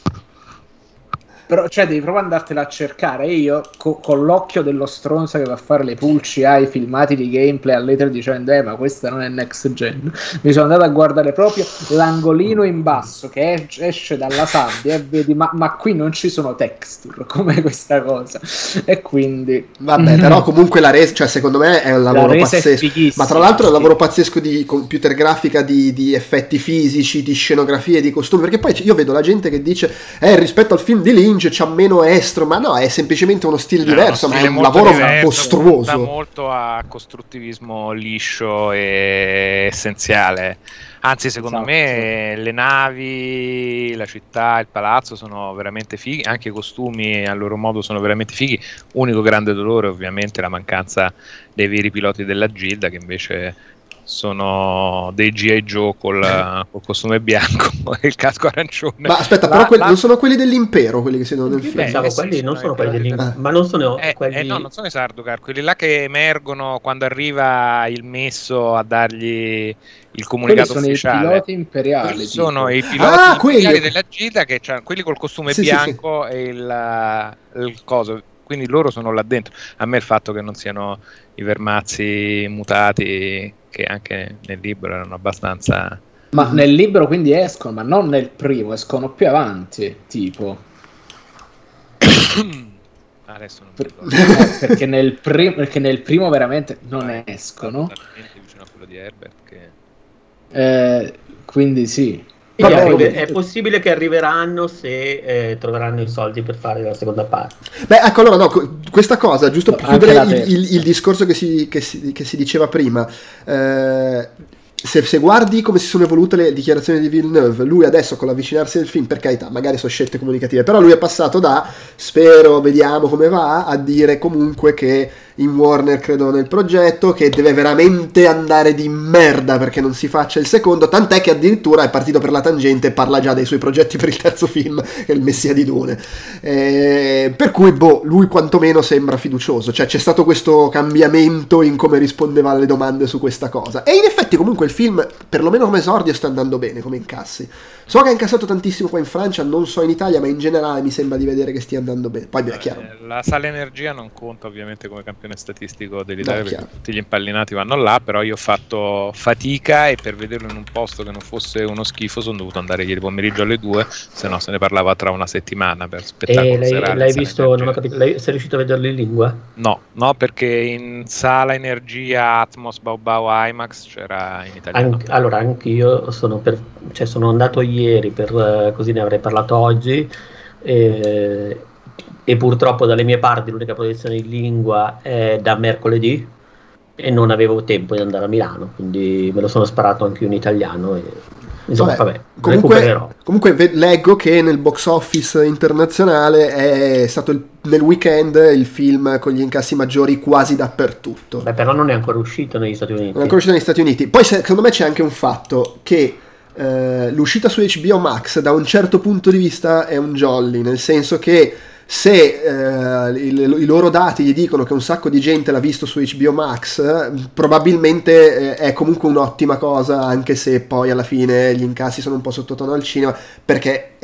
però cioè devi proprio andartela a cercare. Io con l'occhio dello stronzo che va a fare le pulci ai filmati di gameplay all'E3 dicendo ma questa non è next gen, mi sono andato a guardare proprio l'angolino in basso che esce dalla sabbia e vedi ma qui non ci sono texture, com'è questa cosa? E quindi vabbè, però comunque la resa, cioè secondo me è un lavoro pazzesco, ma tra l'altro è un lavoro pazzesco di computer grafica, di effetti fisici, di scenografie, di costumi, perché poi io vedo la gente che dice rispetto al film di Lynch c'ha meno estro, ma no, è semplicemente uno stile diverso, ma è un lavoro mostruoso, molto a costruttivismo liscio e essenziale. Anzi, secondo me le navi, la città, il palazzo sono veramente fighi, anche i costumi a loro modo sono veramente fighi. Unico grande dolore ovviamente la mancanza dei veri piloti della Gilda, che invece sono dei G.I. Joe col costume bianco e il casco arancione. Ma aspetta, però non sono quelli dell'impero quelli che si vedono nel film? Pensavo quelli non sono quelli dell'impero, ma non sono quelli... no, non sono i Sardaukar, quelli là che emergono quando arriva il messo a dargli il comunicato ufficiale. Sono i piloti imperiali. Quelli sono i piloti imperiali della Gilda, che c'hanno quelli col costume bianco e il coso. Quindi loro sono là dentro. A me il fatto che non siano i vermazzi mutati, che anche nel libro erano abbastanza... Ma nel libro quindi escono, ma non nel primo, escono più avanti, tipo... Adesso non ricordo. perché nel primo veramente non escono. Vicino a quello di Herbert che... quindi sì. È possibile che arriveranno se troveranno i soldi per fare la seconda parte. Beh, ecco, allora no, questa cosa, giusto per chiudere il discorso che si diceva prima, se guardi come si sono evolute le dichiarazioni di Villeneuve, lui adesso con l'avvicinarsi del film, per carità, magari sono scelte comunicative, però lui è passato da spero, vediamo come va, a dire comunque che in Warner credono nel progetto, che deve veramente andare di merda perché non si faccia il secondo, tant'è che addirittura è partito per la tangente e parla già dei suoi progetti per il terzo film, che è il Messia di Dune, per cui lui quantomeno sembra fiducioso, cioè c'è stato questo cambiamento in come rispondeva alle domande su questa cosa, e in effetti comunque il film perlomeno come esordio sta andando bene come incassi. So che ha incassato tantissimo qua in Francia, non so in Italia, ma in generale mi sembra di vedere che stia andando bene. Poi è chiaro, la Sala Energia non conta ovviamente come campione statistico dell'Italia, perché tutti gli impallinati vanno là, però io ho fatto fatica e per vederlo in un posto che non fosse uno schifo sono dovuto andare ieri pomeriggio alle 2, se no se ne parlava tra una settimana per spettacolo serale. L'hai visto? Non ho capito, sei riuscito a vederlo in lingua? No, perché in Sala Energia Atmos Baobao IMAX c'era in italiano. Allora anch'io sono andato ieri così ne avrei parlato oggi, e purtroppo dalle mie parti l'unica proiezione in lingua è da mercoledì e non avevo tempo di andare a Milano, quindi me lo sono sparato anche in italiano e insomma vabbè, comunque leggo che nel box office internazionale è stato nel weekend il film con gli incassi maggiori quasi dappertutto. Beh, però non è ancora uscito negli Stati Uniti. Non è ancora uscito negli Stati Uniti. Poi secondo me c'è anche un fatto che l'uscita su HBO Max da un certo punto di vista è un jolly, nel senso che se i loro dati gli dicono che un sacco di gente l'ha visto su HBO Max, probabilmente è comunque un'ottima cosa, anche se poi alla fine gli incassi sono un po' sottotono al cinema, perché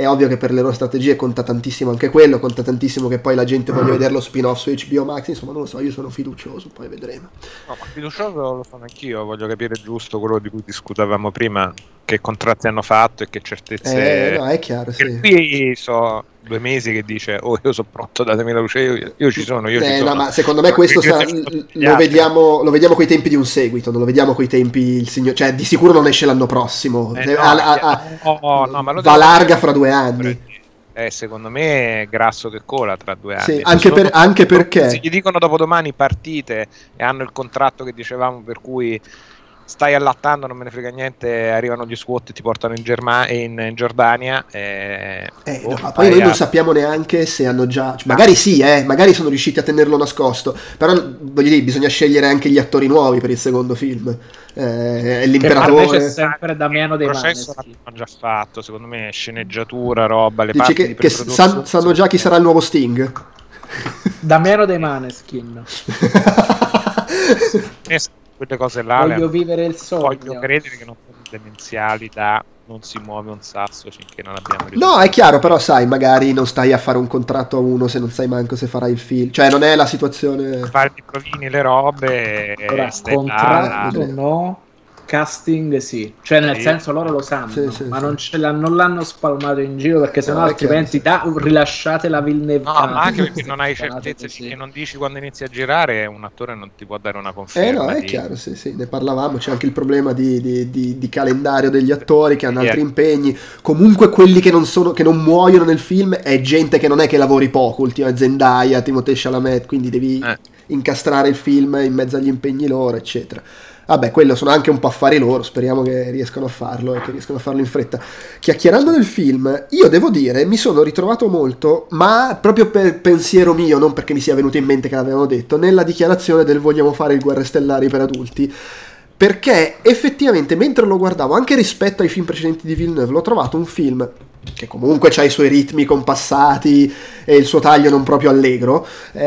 è ovvio che per le loro strategie conta tantissimo anche quello, conta tantissimo che poi la gente voglia vedere lo spin-off su HBO Max, insomma non lo so, io sono fiducioso, poi vedremo. No, ma fiducioso lo sono anch'io, voglio capire giusto quello di cui discutavamo prima, che contratti hanno fatto e che certezze... no, è chiaro, sì. Qui so 2 mesi che dice io sono pronto, datemi la luce, io ci sono, ci sono. No, ma secondo me questo lo vediamo coi tempi di un seguito, non lo vediamo coi tempi il signor, cioè di sicuro non esce l'anno prossimo, ma va larga fra 2 anni. Secondo me è grasso che cola tra 2 anni. Sì, anche perché se gli dicono dopodomani partite e hanno il contratto che dicevamo, per cui stai allattando, non me ne frega niente, arrivano gli SWAT e ti portano in Giordania. Ma poi noi non sappiamo neanche se hanno già, magari sì, magari sono riusciti a tenerlo nascosto, però voglio dire, bisogna scegliere anche gli attori nuovi per il secondo film. L'imperatore c'è sempre Damiano De Maneskin. Il processo l'hanno già fatto, secondo me, sceneggiatura, roba, le dici parti che sanno già chi sarà il nuovo Sting? Damiano De Maneskin. Quelle cose là voglio vivere il sogno, voglio credere che non sono demenziali da non si muove un sasso finché non abbiamo no, è chiaro, però sai, magari non stai a fare un contratto a uno se non sai manco se farai il film, cioè non è la situazione, fare i provini, le robe, contratto no, casting sì, cioè nel senso loro lo sanno, sì, ma non l'hanno spalmato in giro, perché sennò altrimenti rilasciate la Villeneuve. No, ma anche perché non hai certezze, che non dici quando inizi a girare, un attore non ti può dare una conferma. No, è chiaro, sì, ne parlavamo, c'è anche il problema di calendario degli attori che hanno altri impegni, comunque quelli che non muoiono nel film è gente che non è che lavori poco, ultima Zendaya, Timothée Chalamet, quindi devi incastrare il film in mezzo agli impegni loro, eccetera. Vabbè, quello sono anche un po' affari loro, speriamo che riescano a farlo e che riescano a farlo in fretta. Chiacchierando del film, io devo dire, mi sono ritrovato molto, ma proprio per pensiero mio, non perché mi sia venuto in mente che l'avevano detto, nella dichiarazione del vogliamo fare il Guerre Stellari per adulti, perché effettivamente mentre lo guardavo, anche rispetto ai film precedenti di Villeneuve, l'ho trovato un film che comunque ha i suoi ritmi compassati e il suo taglio non proprio allegro,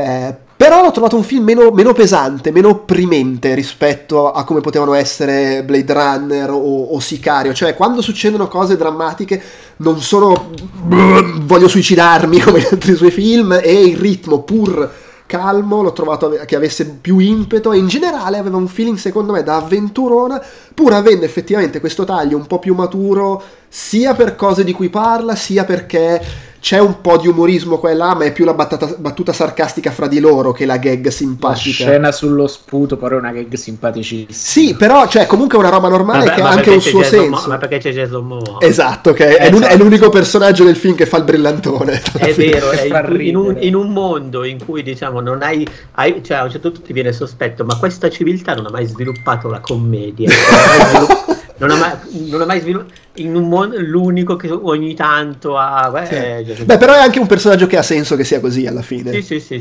però l'ho trovato un film meno pesante, meno opprimente rispetto a come potevano essere Blade Runner o Sicario, cioè quando succedono cose drammatiche non sono voglio suicidarmi come gli altri suoi film, e il ritmo pur calmo l'ho trovato che avesse più impeto, e in generale aveva un feeling secondo me da avventurona, pur avendo effettivamente questo taglio un po' più maturo, sia per cose di cui parla, sia perché c'è un po' di umorismo qua e là, ma è più la battuta sarcastica fra di loro che la gag simpatica. La scena sullo sputo però è una gag simpaticissima. Sì, però cioè comunque è una roba normale che ha anche un suo senso. Ma perché c'è Jason Momoa? Esatto, che è l'unico personaggio del film che fa il brillantone. È vero, in un mondo in cui diciamo non hai cioè a un certo punto ti viene sospetto, ma questa civiltà non ha mai sviluppato la commedia. Non ha mai sviluppato in un mondo, l'unico che ogni tanto ha beh, però è anche un personaggio che ha senso che sia così alla fine. Sì.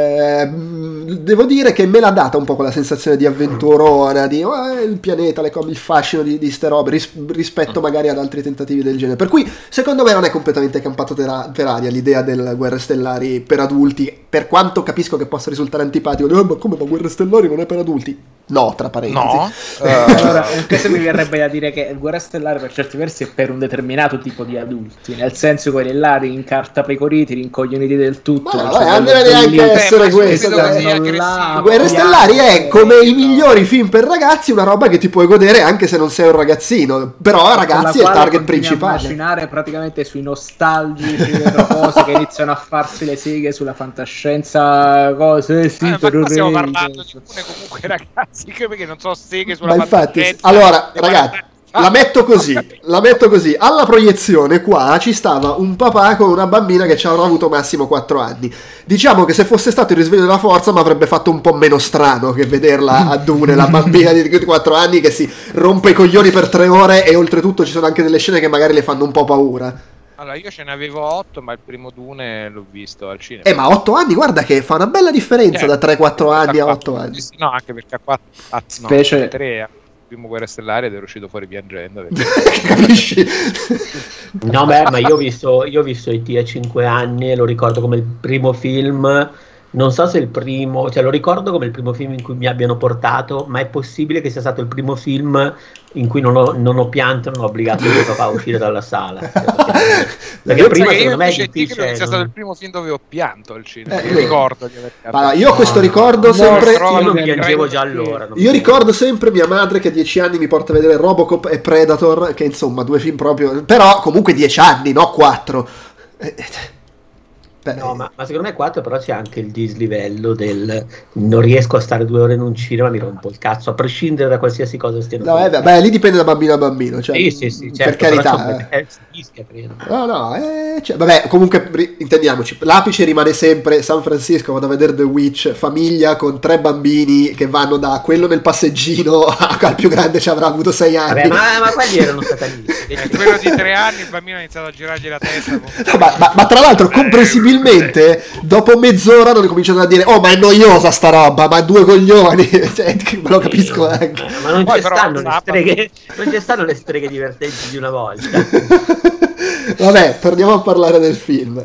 Devo dire che me l'ha data un po' quella sensazione di avventurona, di il pianeta, il fascino di ste robe rispetto magari ad altri tentativi del genere, per cui secondo me non è completamente campato per aria l'idea del Guerre Stellari per adulti, per quanto capisco che possa risultare antipatico, ma come, ma Guerre Stellari non è per adulti? No, tra parentesi. No. Allora, questo mi verrebbe da dire che il Guerra Stellare per certi versi è per un determinato tipo di adulti, nel senso quelli là incartapecoriti, rincoglioniti del tutto. Ma non deve neanche essere questo. Guerre Stellari è come i migliori film per ragazzi, una roba che ti puoi godere anche se non sei un ragazzino, però ragazzi è il target principale. Immaginare praticamente sui nostalgici cose che iniziano a farsi le seghe sulla fantascienza, cose stiamo parlando di alcune comunque ragazzi perché non so seghe sulla fantascienza. Allora ragazzi, la metto così, alla proiezione qua ci stava un papà con una bambina che ci avrà avuto massimo 4 anni, diciamo che se fosse stato il risveglio della forza mi avrebbe fatto un po' meno strano che vederla a Dune, la bambina di 4 anni che si rompe i coglioni per 3 ore, e oltretutto ci sono anche delle scene che magari le fanno un po' paura. Allora io ce ne avevo 8, ma il primo Dune l'ho visto al cinema. Ma 8 anni, guarda che fa una bella differenza da 3-4 anni a 8 anni. No, anche perché a 4 specie 3 primo Guerre Stellari ed ero uscito fuori piangendo. Capisci? No, ma io ho visto E.T. a 5 anni e lo ricordo come il primo film Non so se il primo, cioè lo ricordo come il primo film in cui mi abbiano portato, ma è possibile che sia stato il primo film in cui non ho pianto e non ho obbligato mio papà a uscire dalla sala. Perché prima secondo me è difficile. Credo sia stato il primo film dove ho pianto al cinema. Ricordo di aver pianto. Io ho questo ricordo sempre. Io non piangevo già allora. Io ricordo sempre mia madre che a 10 anni mi porta a vedere Robocop e Predator, che insomma 2 film proprio. Però comunque 10 anni, no 4. No, ma secondo me 4 però c'è anche il dislivello del non riesco a stare 2 ore in un cinema, mi rompo il cazzo, a prescindere da qualsiasi cosa stiano facendo. Lì dipende da bambino a bambino, cioè, sì, per carità. Si rischia, credo. Vabbè, comunque intendiamoci, l'apice rimane sempre San Francisco, vado a vedere The Witch, famiglia con 3 bambini che vanno da quello nel passeggino al più grande ci avrà avuto 6 anni. Vabbè, ma quelli erano satanisti. Quello di 3 anni il bambino ha iniziato a girargli la testa. Ma tra l'altro comprensibilmente dopo mezz'ora non cominciano a dire ma è noiosa sta roba, ma 2 coglioni. Cioè, me lo capisco anche. Ma non ci stanno le streghe divertenti di una volta. Vabbè, torniamo a parlare del film.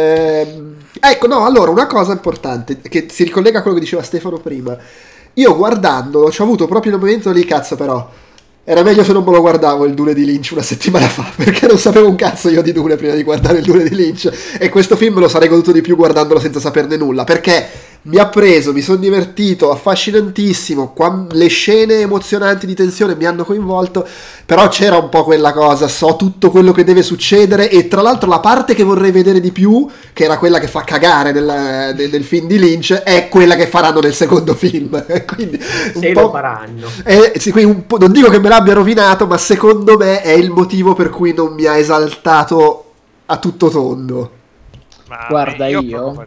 Allora una cosa importante che si ricollega a quello che diceva Stefano prima. Io guardandolo ci ho avuto proprio il momento lì, cazzo, però era meglio se non me lo guardavo il Dune di Lynch una settimana fa, perché non sapevo un cazzo io di Dune prima di guardare il Dune di Lynch, e questo film me lo sarei goduto di più guardandolo senza saperne nulla, perché mi ha preso, mi sono divertito, affascinantissimo, le scene emozionanti di tensione mi hanno coinvolto, però c'era un po' quella cosa, so tutto quello che deve succedere, e tra l'altro la parte che vorrei vedere di più, che era quella che fa cagare del film di Lynch, è quella che faranno nel secondo film. Quindi lo faranno. Non dico che me l'abbia rovinato, ma secondo me è il motivo per cui non mi ha esaltato a tutto tondo. Guarda, io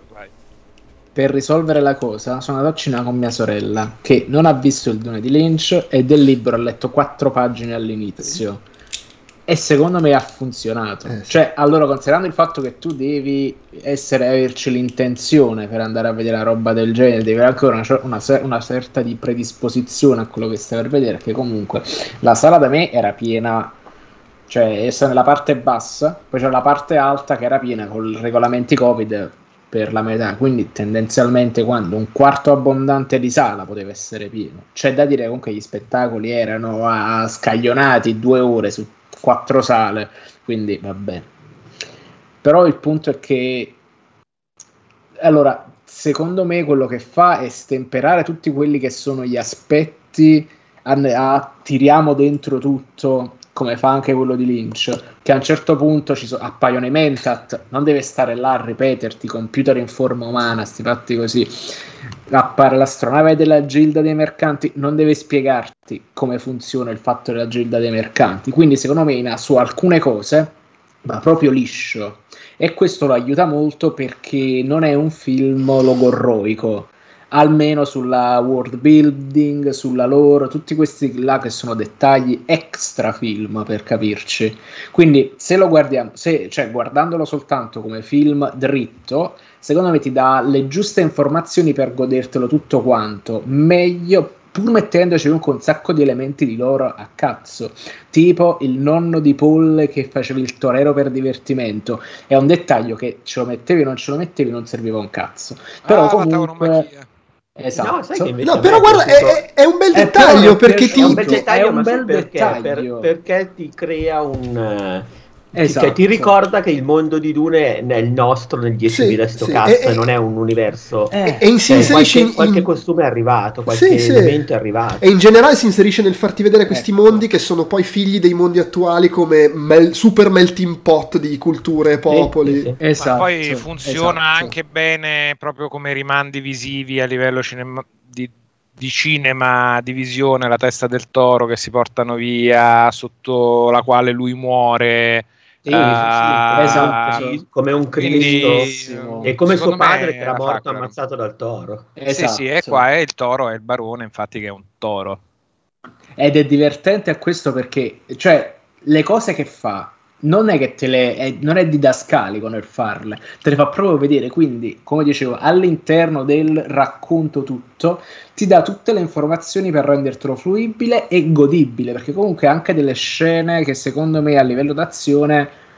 per risolvere la cosa sono andato a cena con mia sorella, che non ha visto il Dune di Lynch e del libro ha letto 4 pagine all'inizio, e secondo me ha funzionato. Cioè, allora, considerando il fatto che tu devi averci l'intenzione per andare a vedere una roba del genere, devi avere ancora una certa di predisposizione a quello che stai per vedere, che comunque la sala da me era piena, cioè essa nella parte bassa, poi c'era la parte alta che era piena con regolamenti Covid per la metà, quindi tendenzialmente quando un quarto abbondante di sala poteva essere pieno. C'è da dire comunque gli spettacoli erano scaglionati 2 ore su 4 sale, quindi vabbè. Però il punto è che, allora, secondo me quello che fa è stemperare tutti quelli che sono gli aspetti, tiriamo dentro tutto, come fa anche quello di Lynch, che a un certo punto appaiono i Mentat, non deve stare là a ripeterti computer in forma umana, sti fatti così, appare l'astronave della Gilda dei Mercanti, non deve spiegarti come funziona il fatto della Gilda dei Mercanti, quindi secondo me su alcune cose va proprio liscio, e questo lo aiuta molto perché non è un film logorroico, almeno sulla world building, sulla lore, tutti questi là che sono dettagli extra film, per capirci. Quindi se lo guardiamo, guardandolo soltanto come film dritto, secondo me ti dà le giuste informazioni per godertelo tutto quanto, meglio, pur mettendoci comunque un sacco di elementi di lore a cazzo, tipo il nonno di Paul che faceva il torero per divertimento, è un dettaglio che ce lo mettevi o non ce lo mettevi non serviva un cazzo, però comunque esatto. No, però guarda, è un bel dettaglio, perché è un bel dettaglio, perché ti crea un cioè, ti ricorda che il mondo di Dune è il nostro nel 10.000 sto cazzo, e non è un universo, e si inserisce qualche costume è arrivato, qualche elemento è arrivato, e in generale si inserisce nel farti vedere questi mondi che sono poi figli dei mondi attuali, come super melting pot di culture e popoli. Esatto. Ma poi funziona anche bene proprio come rimandi visivi a livello di cinema, di visione, la testa del toro che si portano via, sotto la quale lui muore. Esatto, come un Cristo, e come suo padre che era morto ammazzato dal toro. Sì, e qua è il toro, è il barone, infatti, che è un toro. Ed è divertente a questo perché, cioè, le cose che fa non è che non è didascalico nel farle, te le fa proprio vedere, quindi come dicevo all'interno del racconto tutto ti dà tutte le informazioni per rendertelo fruibile e godibile, perché comunque anche delle scene che secondo me a livello d'azione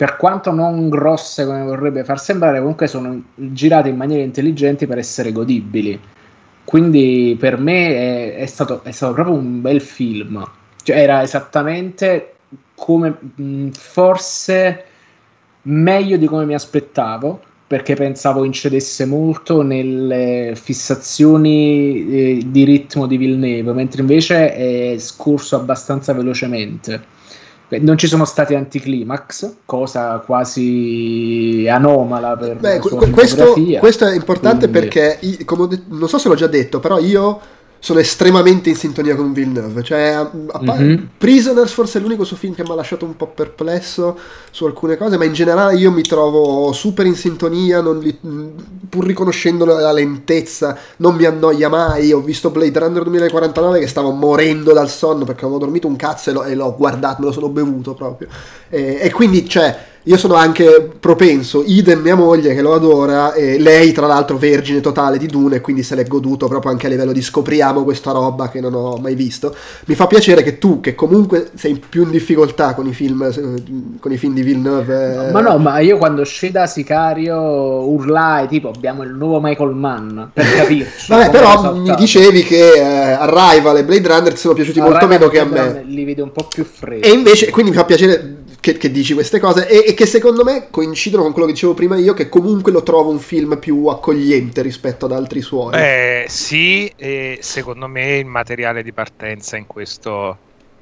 per quanto non grosse come vorrebbe far sembrare, comunque sono girate in maniere intelligenti per essere godibili. Quindi per me è stato proprio un bel film, cioè era esattamente come, forse meglio di come mi aspettavo, perché pensavo incedesse molto nelle fissazioni di ritmo di Villeneuve, mentre invece è scorso abbastanza velocemente. Non ci sono stati anticlimax, cosa quasi anomala per la sua filmografia. Questo è importante, quindi, perché non so se l'ho già detto, però io sono estremamente in sintonia con Villeneuve, cioè Prisoners forse è l'unico suo film che mi ha lasciato un po' perplesso su alcune cose, ma in generale io mi trovo super in sintonia, pur riconoscendo la lentezza, non mi annoia mai. Ho visto Blade Runner 2049 che stavo morendo dal sonno perché avevo dormito un cazzo e l'ho guardato, me lo sono bevuto proprio, e quindi io sono anche propenso, idem mia moglie che lo adora, e lei tra l'altro vergine totale di Dune, quindi se l'è goduto proprio anche a livello di scopriamo questa roba che non ho mai visto. Mi fa piacere che tu, che comunque sei più in difficoltà con i film di Villeneuve, ma io quando uscì da Sicario urlai tipo abbiamo il nuovo Michael Mann, per capirci. Vabbè, però mi dicevi che Arrival e Blade Runner ti sono piaciuti molto meno che a me, li vedi un po' più freddi, e invece quindi mi fa piacere che dici queste cose, e che secondo me coincidono con quello che dicevo prima io, che comunque lo trovo un film più accogliente rispetto ad altri suoi. Sì, e secondo me il materiale di partenza in questo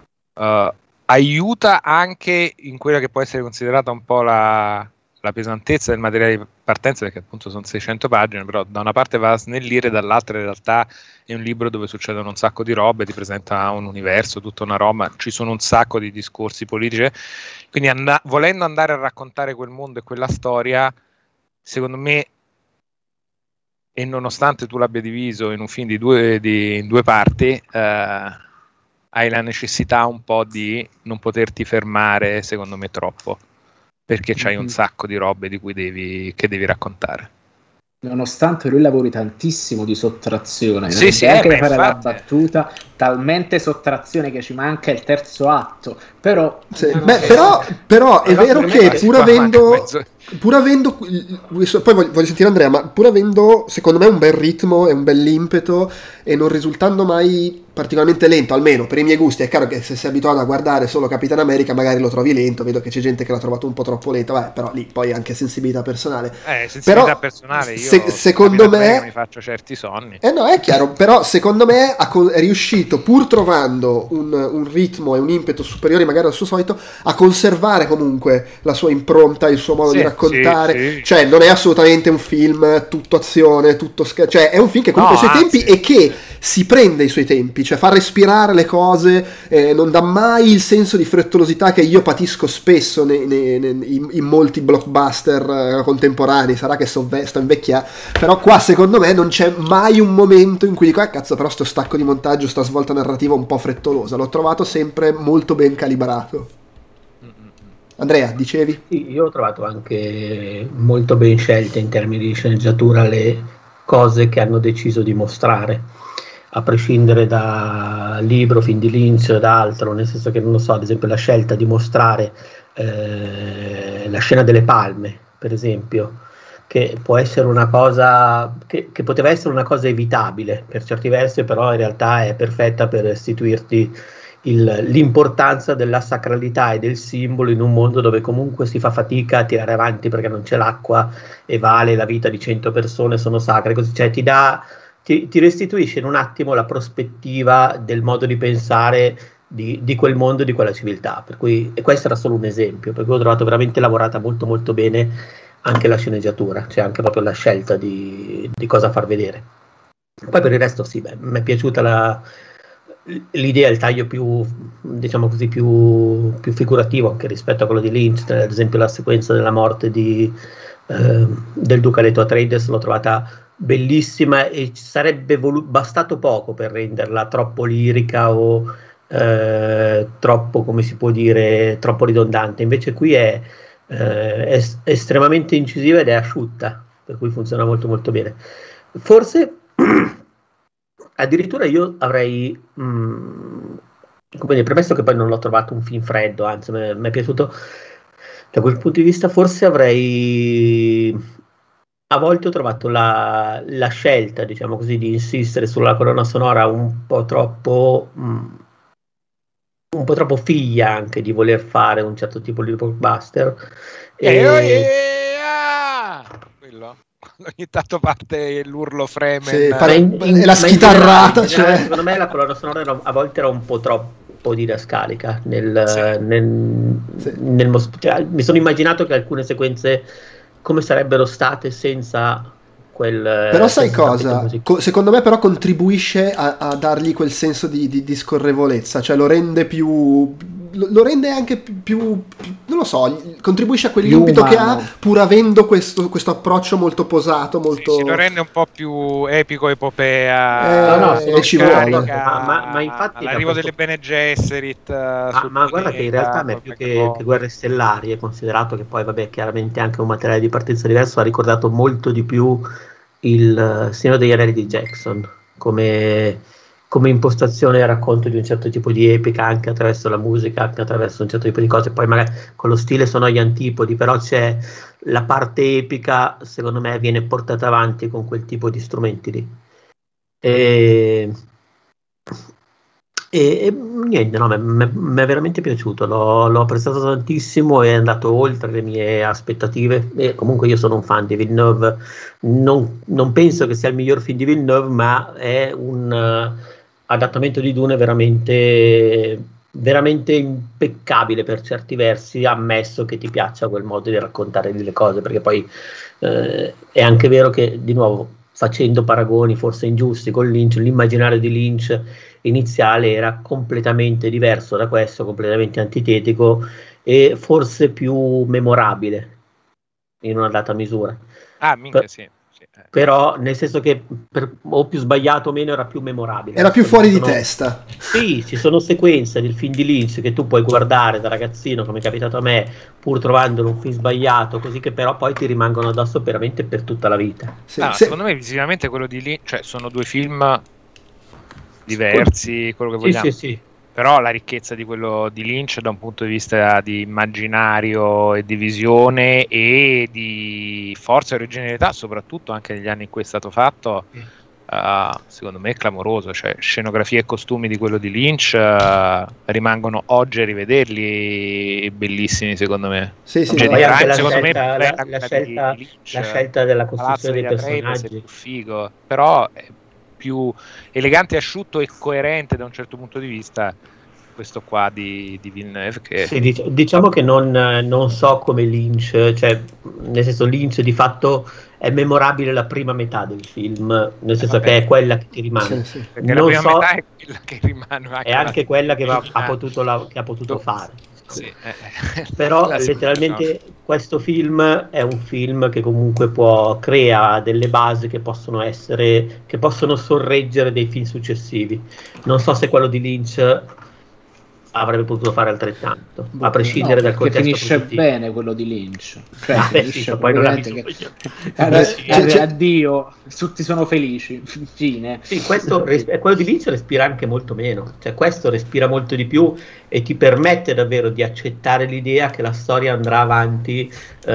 aiuta anche in quella che può essere considerata un po' la pesantezza del materiale di partenza, perché appunto sono 600 pagine, però da una parte va a snellire, dall'altra in realtà è un libro dove succedono un sacco di robe, ti presenta un universo, tutta una roba, ci sono un sacco di discorsi politici, quindi volendo andare a raccontare quel mondo e quella storia, secondo me, e nonostante tu l'abbia diviso in un film in due parti, hai la necessità un po' di non poterti fermare, secondo me, troppo, perché c'hai un sacco di robe di cui devi raccontare. Nonostante lui lavori tantissimo di sottrazione, sì, anche fare la battuta, talmente sottrazione che ci manca il terzo atto, però però è vero che pur avendo poi voglio sentire Andrea, ma pur avendo secondo me un bel ritmo e un bel impeto e non risultando mai particolarmente lento, almeno per i miei gusti. È chiaro che se sei abituato a guardare solo Capitan America magari lo trovi lento, vedo che c'è gente che l'ha trovato un po' troppo lento, però lì poi anche sensibilità personale. Personale, io secondo me mi faccio certi sonni. No, è chiaro, però secondo me è riuscito, pur trovando un ritmo e un impeto superiore magari al suo solito, a conservare comunque la sua impronta, il suo modo di raccontare. Sì. Cioè non è assolutamente un film tutto azione, tutto cioè è un film che comunque ha i suoi tempi e che si prende i suoi tempi, cioè fa respirare le cose, non dà mai il senso di frettolosità che io patisco spesso in molti blockbuster contemporanei. Sarà che sto invecchiando, però qua secondo me non c'è mai un momento in cui dico cazzo, però sto stacco di montaggio, sta svolta narrativa un po' frettolosa. L'ho trovato sempre molto ben calibrato. Andrea, dicevi? Sì, io ho trovato anche molto ben scelte in termini di sceneggiatura le cose che hanno deciso di mostrare, a prescindere da libro, film di Lynch, da altro, nel senso che non lo so, ad esempio la scelta di mostrare la scena delle palme, per esempio, che può essere una cosa che poteva essere una cosa evitabile per certi versi, però in realtà è perfetta per restituirti l'importanza della sacralità e del simbolo in un mondo dove comunque si fa fatica a tirare avanti perché non c'è l'acqua e vale la vita di 100 persone, sono sacre, così, cioè ti restituisce in un attimo la prospettiva del modo di pensare di quel mondo, di quella civiltà, per cui, e questo era solo un esempio, per cui ho trovato veramente lavorata molto molto bene anche la sceneggiatura, cioè anche proprio la scelta di cosa far vedere. Poi per il resto sì, mi è piaciuta l'idea, il taglio più, diciamo così, più figurativo anche rispetto a quello di Lynch, ad esempio la sequenza della morte del duca Leto Atreides l'ho trovata bellissima e ci sarebbe bastato poco per renderla troppo lirica o troppo, come si può dire, troppo ridondante. Invece qui è estremamente incisiva ed è asciutta, per cui funziona molto molto bene. Forse addirittura io avrei come dire, premesso che poi non l'ho trovato un film freddo, anzi mi è piaciuto, Da quel punto di vista forse avrei, a volte ho trovato la scelta, diciamo così, di insistere sulla colonna sonora un po' troppo figlia anche di voler fare un certo tipo di blockbuster. Quello. Ogni tanto parte l'urlo Fremen, e la schitarrata, secondo me la colonna sonora a volte era un po' troppo didascalica cioè, mi sono immaginato che alcune sequenze come sarebbero state senza quel, però sai cosa? Secondo me però contribuisce a dargli quel senso di scorrevolezza, cioè lo rende anche più non lo so, contribuisce a quell'impeto che ha, pur avendo questo approccio molto posato, molto... Sì, lo rende un po' più epico, epopea, ci vuole. Ma infatti l'arrivo delle Bene Gesserit, ma guarda che in realtà a me più che Guerre Stellari, è considerato che poi vabbè chiaramente anche un materiale di partenza diverso, ha ricordato molto di più il Signore degli Anelli di Jackson come impostazione e racconto di un certo tipo di epica, anche attraverso la musica, anche attraverso un certo tipo di cose. Poi magari con lo stile sono gli antipodi, però c'è la parte epica, secondo me viene portata avanti con quel tipo di strumenti lì. E niente, no, mi è veramente piaciuto, l'ho apprezzato tantissimo, è andato oltre le mie aspettative, e comunque io sono un fan di Villeneuve, non penso che sia il miglior film di Villeneuve, ma è un adattamento di Dune veramente, veramente impeccabile per certi versi, ammesso che ti piaccia quel modo di raccontare le cose, perché poi è anche vero che, di nuovo, facendo paragoni forse ingiusti con Lynch, l'immaginario di Lynch iniziale era completamente diverso da questo, completamente antitetico e forse più memorabile in una data misura. Sì. Però nel senso che o più sbagliato o meno era più memorabile. Era più fuori di testa. Sì, ci sono sequenze del film di Lynch che tu puoi guardare da ragazzino, come è capitato a me, pur trovandolo un film sbagliato, così che però poi ti rimangono addosso veramente per tutta la vita. Secondo me visivamente quello di Lynch, cioè sono due film diversi, quello che vogliamo. Sì. Però la ricchezza di quello di Lynch da un punto di vista di immaginario e di visione e di forza e originalità, soprattutto anche negli anni in cui è stato fatto, secondo me è clamoroso. Cioè, scenografie e costumi di quello di Lynch rimangono oggi a rivederli bellissimi, secondo me. Sì, poi anche la scelta della costruzione dei personaggi è più figo, però è più elegante, asciutto e coerente da un certo punto di vista questo qua di Villeneuve, che... Sì, diciamo che non so come Lynch, cioè nel senso Lynch di fatto è memorabile la prima metà del film, nel senso che è quella che ti rimane. Sì. Perché la prima metà è quella che rimane, è anche quella che ha potuto fare. Sì. Però letteralmente questo film è un film che comunque crea delle basi che possono sorreggere dei film successivi. Non so se quello di Lynch avrebbe potuto fare altrettanto, a prescindere dal contesto finisce positivo. Bene quello di Lynch, poi non addio, tutti sono felici, fine. Sì, quello di Lynch respira anche molto meno, cioè questo respira molto di più e ti permette davvero di accettare l'idea che la storia andrà avanti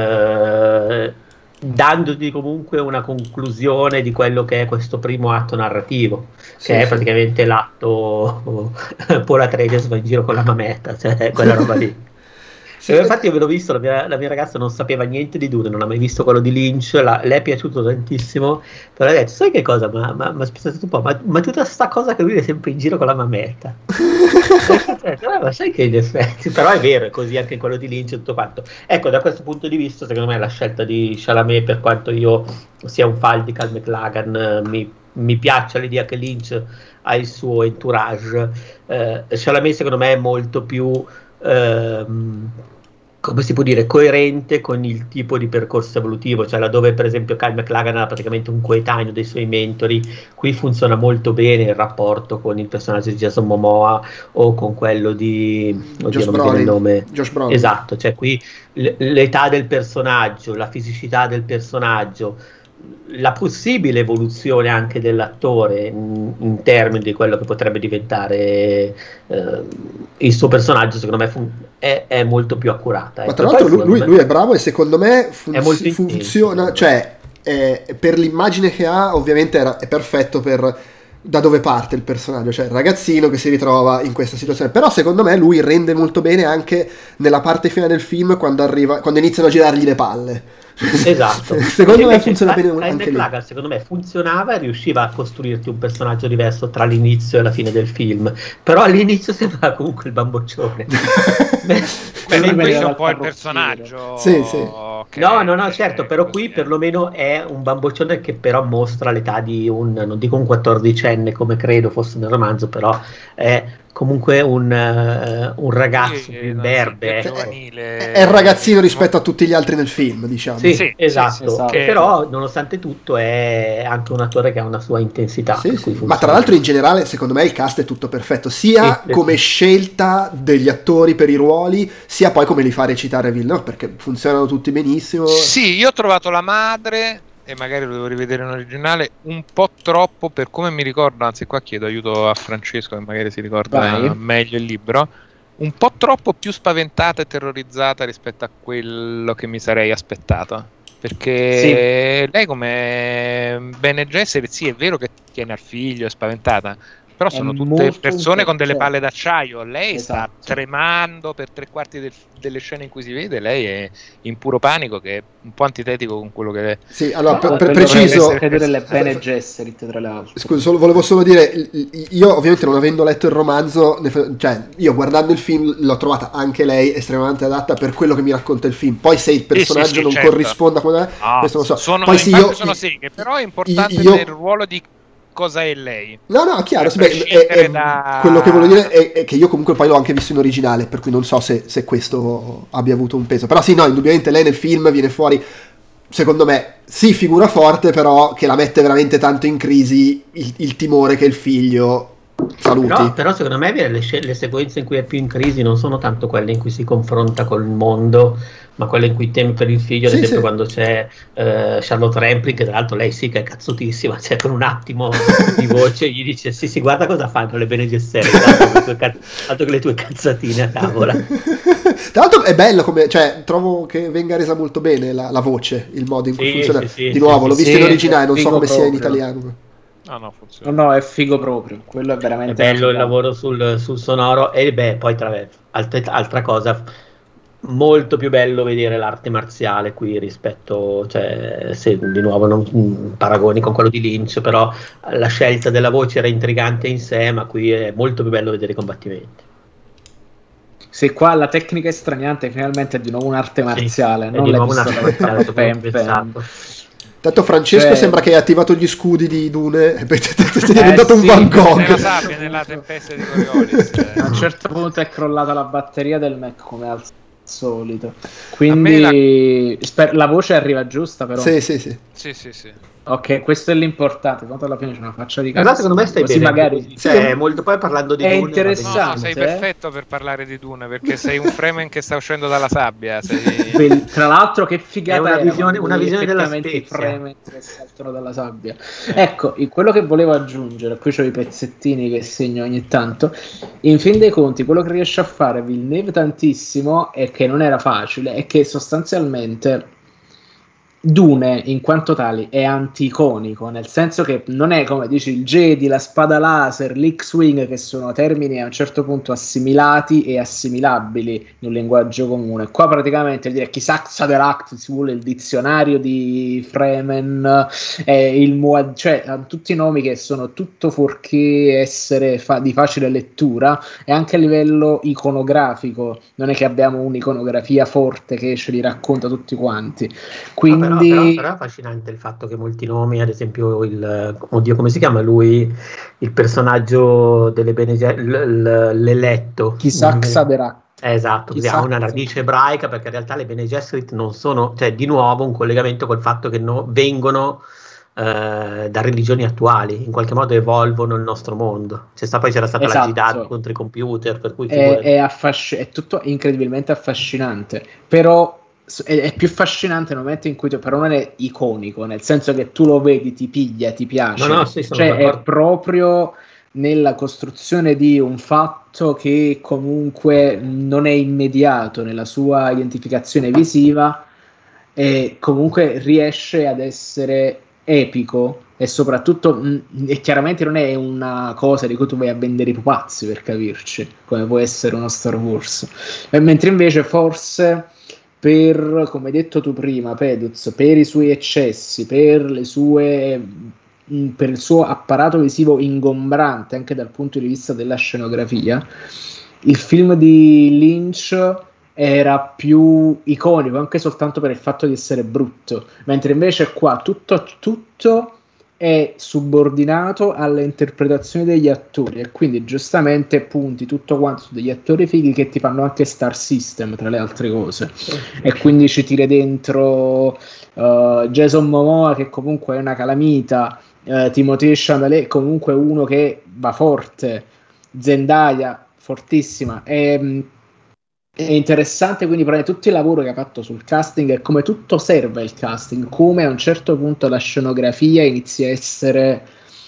dandoti comunque una conclusione di quello che è questo primo atto narrativo, che è praticamente l'atto Paul Atreides va in giro con la mametta, cioè quella roba lì. Infatti io ve l'ho visto, la mia ragazza non sapeva niente di Dune, non ha mai visto quello di Lynch, le è piaciuto tantissimo, però ha detto, sai che cosa, ma aspettate un po', ma tutta sta cosa che lui è sempre in giro con la mametta. Ma sai che in effetti, però è vero, è così anche quello di Lynch tutto quanto. Ecco, da questo punto di vista secondo me la scelta di Chalamet, per quanto io sia un fan di Cal McLagan, mi piace l'idea che Lynch ha il suo entourage, Chalamet secondo me è molto più come si può dire, coerente con il tipo di percorso evolutivo, cioè laddove per esempio Kyle MacLachlan era praticamente un coetaneo dei suoi mentori, qui funziona molto bene il rapporto con il personaggio di Jason Momoa o con quello di Josh Brolin. Esatto, cioè qui l'età del personaggio, la fisicità del personaggio, la possibile evoluzione anche dell'attore in termini di quello che potrebbe diventare il suo personaggio, secondo me è molto più accurata. Ma tra l'altro lui è bravo e secondo me funziona, cioè per l'immagine che ha ovviamente è perfetto per da dove parte il personaggio, cioè il ragazzino che si ritrova in questa situazione, però secondo me lui rende molto bene anche nella parte finale del film quando iniziano a girargli le palle. Esatto. Secondo me funziona bene anche lì. Plaga, secondo me funzionava e riusciva a costruirti un personaggio diverso tra l'inizio e la fine del film, però all'inizio sembrava comunque il bamboccione. Beh, questo è un po' il personaggio. Sì. No, certo, però qui perlomeno è un bamboccione che però mostra l'età di non dico un 14enne come credo fosse nel romanzo, però è comunque un ragazzo più imberbe. È il ragazzino rispetto a tutti gli altri nel film, diciamo. Sì, esatto. Però nonostante tutto è anche un attore che ha una sua intensità. Ma tra l'altro in generale secondo me il cast è tutto perfetto, sia come scelta degli attori per i ruoli, sia poi come li fa recitare Villeneuve, perché funzionano tutti benissimo. Sì, io ho trovato la madre, e magari lo devo rivedere in originale, un po' troppo per come mi ricordo, anzi qua chiedo aiuto a Francesco che magari si ricorda meglio il libro, un po' troppo più spaventata e terrorizzata rispetto a quello che mi sarei aspettato, perché lei come Bene Gesserit, sì è vero che tiene al figlio, è spaventata, però sono tutte persone con delle palle d'acciaio. Lei sta tremando per 3/4 delle scene in cui si vede, lei è in puro panico, che è un po' antitetico con quello che sì, allora per preciso vedere le Bene Gesserit tra l'altro. Scusa, volevo solo dire, io ovviamente non avendo letto il romanzo, cioè io guardando il film l'ho trovata anche lei estremamente adatta per quello che mi racconta il film. Poi se il personaggio non corrisponde a quello questo non so. Poi sono seghe, però è importante nel ruolo di cosa è lei. No, chiaro, quello che voglio dire è che io comunque poi l'ho anche visto in originale, per cui non so se questo abbia avuto un peso, però sì, no, indubbiamente lei nel film viene fuori, secondo me, sì, figura forte, però che la mette veramente tanto in crisi il timore che il figlio saluti. Però secondo me le sequenze in cui è più in crisi non sono tanto quelle in cui si confronta col mondo, ma quelle in cui teme per il figlio, ad esempio quando c'è Charlotte Rampling, che tra l'altro lei sì che è cazzutissima, cioè per un attimo di voce gli dice sì guarda cosa fanno le Bene Gesserit, tanto che le tue cazzatine a tavola. Tra l'altro è bello come, cioè trovo che venga resa molto bene la voce, il modo in cui funziona. Di nuovo l'ho visto in originale, non so come sia in italiano. Funziona. No, è figo proprio. Quello è veramente bello il lavoro sul sonoro. E poi altra cosa, molto più bello vedere l'arte marziale qui rispetto, cioè se di nuovo non paragoni con quello di Lynch, però la scelta della voce era intrigante in sé, ma qui è molto più bello vedere i combattimenti. Se qua la tecnica estraniante finalmente è di nuovo un'arte marziale, non l'hai pensato. Tanto Francesco sembra che hai attivato gli scudi di Dune e sei diventato un Van Gogh. Nella tempesta di Coriolis. A un certo punto è crollata la batteria del Mac come al solito. Quindi la voce arriva giusta, però. Sì. Ok, questo è l'importante. Tanto alla fine c'è una faccia di cazzo. Secondo me stai così bene. Magari molto poi parlando di è Dune. Interessante. No, sei perfetto per parlare di Dune perché sei un Fremen che sta uscendo dalla sabbia. Tra l'altro, che figata! È una visione della Spezia. Fremen che saltano dalla sabbia. Ecco, quello che volevo aggiungere, qui c'ho i pezzettini che segno ogni tanto. In fin dei conti, quello che riesce a fare Villeneuve tantissimo e che non era facile è che sostanzialmente Dune in quanto tali è anti-iconico, nel senso che non è come dici il Jedi, la spada laser, l'X-Wing, che sono termini a un certo punto assimilati e assimilabili in un linguaggio comune. Qua praticamente dire Kisaxa Delact si vuole il dizionario di Fremen, cioè tutti i nomi che sono tutto fuorché essere di facile lettura, e anche a livello iconografico non è che abbiamo un'iconografia forte che ce li racconta tutti quanti, quindi però è affascinante il fatto che molti nomi, ad esempio come si chiama lui, il personaggio delle Bene l'eletto Kisaxa Delact. Esatto, ha una radice ebraica, perché in realtà le Bene Gesserit non sono, cioè di nuovo un collegamento col fatto che vengono da religioni attuali, in qualche modo evolvono il nostro mondo. Poi c'era stata la Jihad contro i computer, per cui è tutto incredibilmente affascinante, però è più affascinante nel momento in cui però non è iconico, nel senso che tu lo vedi, ti piglia, ti piace, cioè è proprio nella costruzione di un fatto che comunque non è immediato nella sua identificazione visiva e comunque riesce ad essere epico e soprattutto e chiaramente non è una cosa di cui tu vai a vendere i pupazzi, per capirci, come può essere uno Star Wars, mentre invece forse per, come hai detto tu prima, Peduz, per i suoi eccessi, per il suo apparato visivo ingombrante anche dal punto di vista della scenografia, il film di Lynch era più iconico anche soltanto per il fatto di essere brutto, mentre invece qua tutto è subordinato alle interpretazioni degli attori e quindi giustamente punti tutto quanto su degli attori fighi che ti fanno anche Star System tra le altre cose, e quindi ci tiri dentro Jason Momoa che comunque è una calamita, Timothée Chalamet comunque uno che va forte, Zendaya fortissima, è interessante quindi prendere tutto il lavoro che ha fatto sul casting e come tutto serve il casting, come a un certo punto la scenografia inizia a essere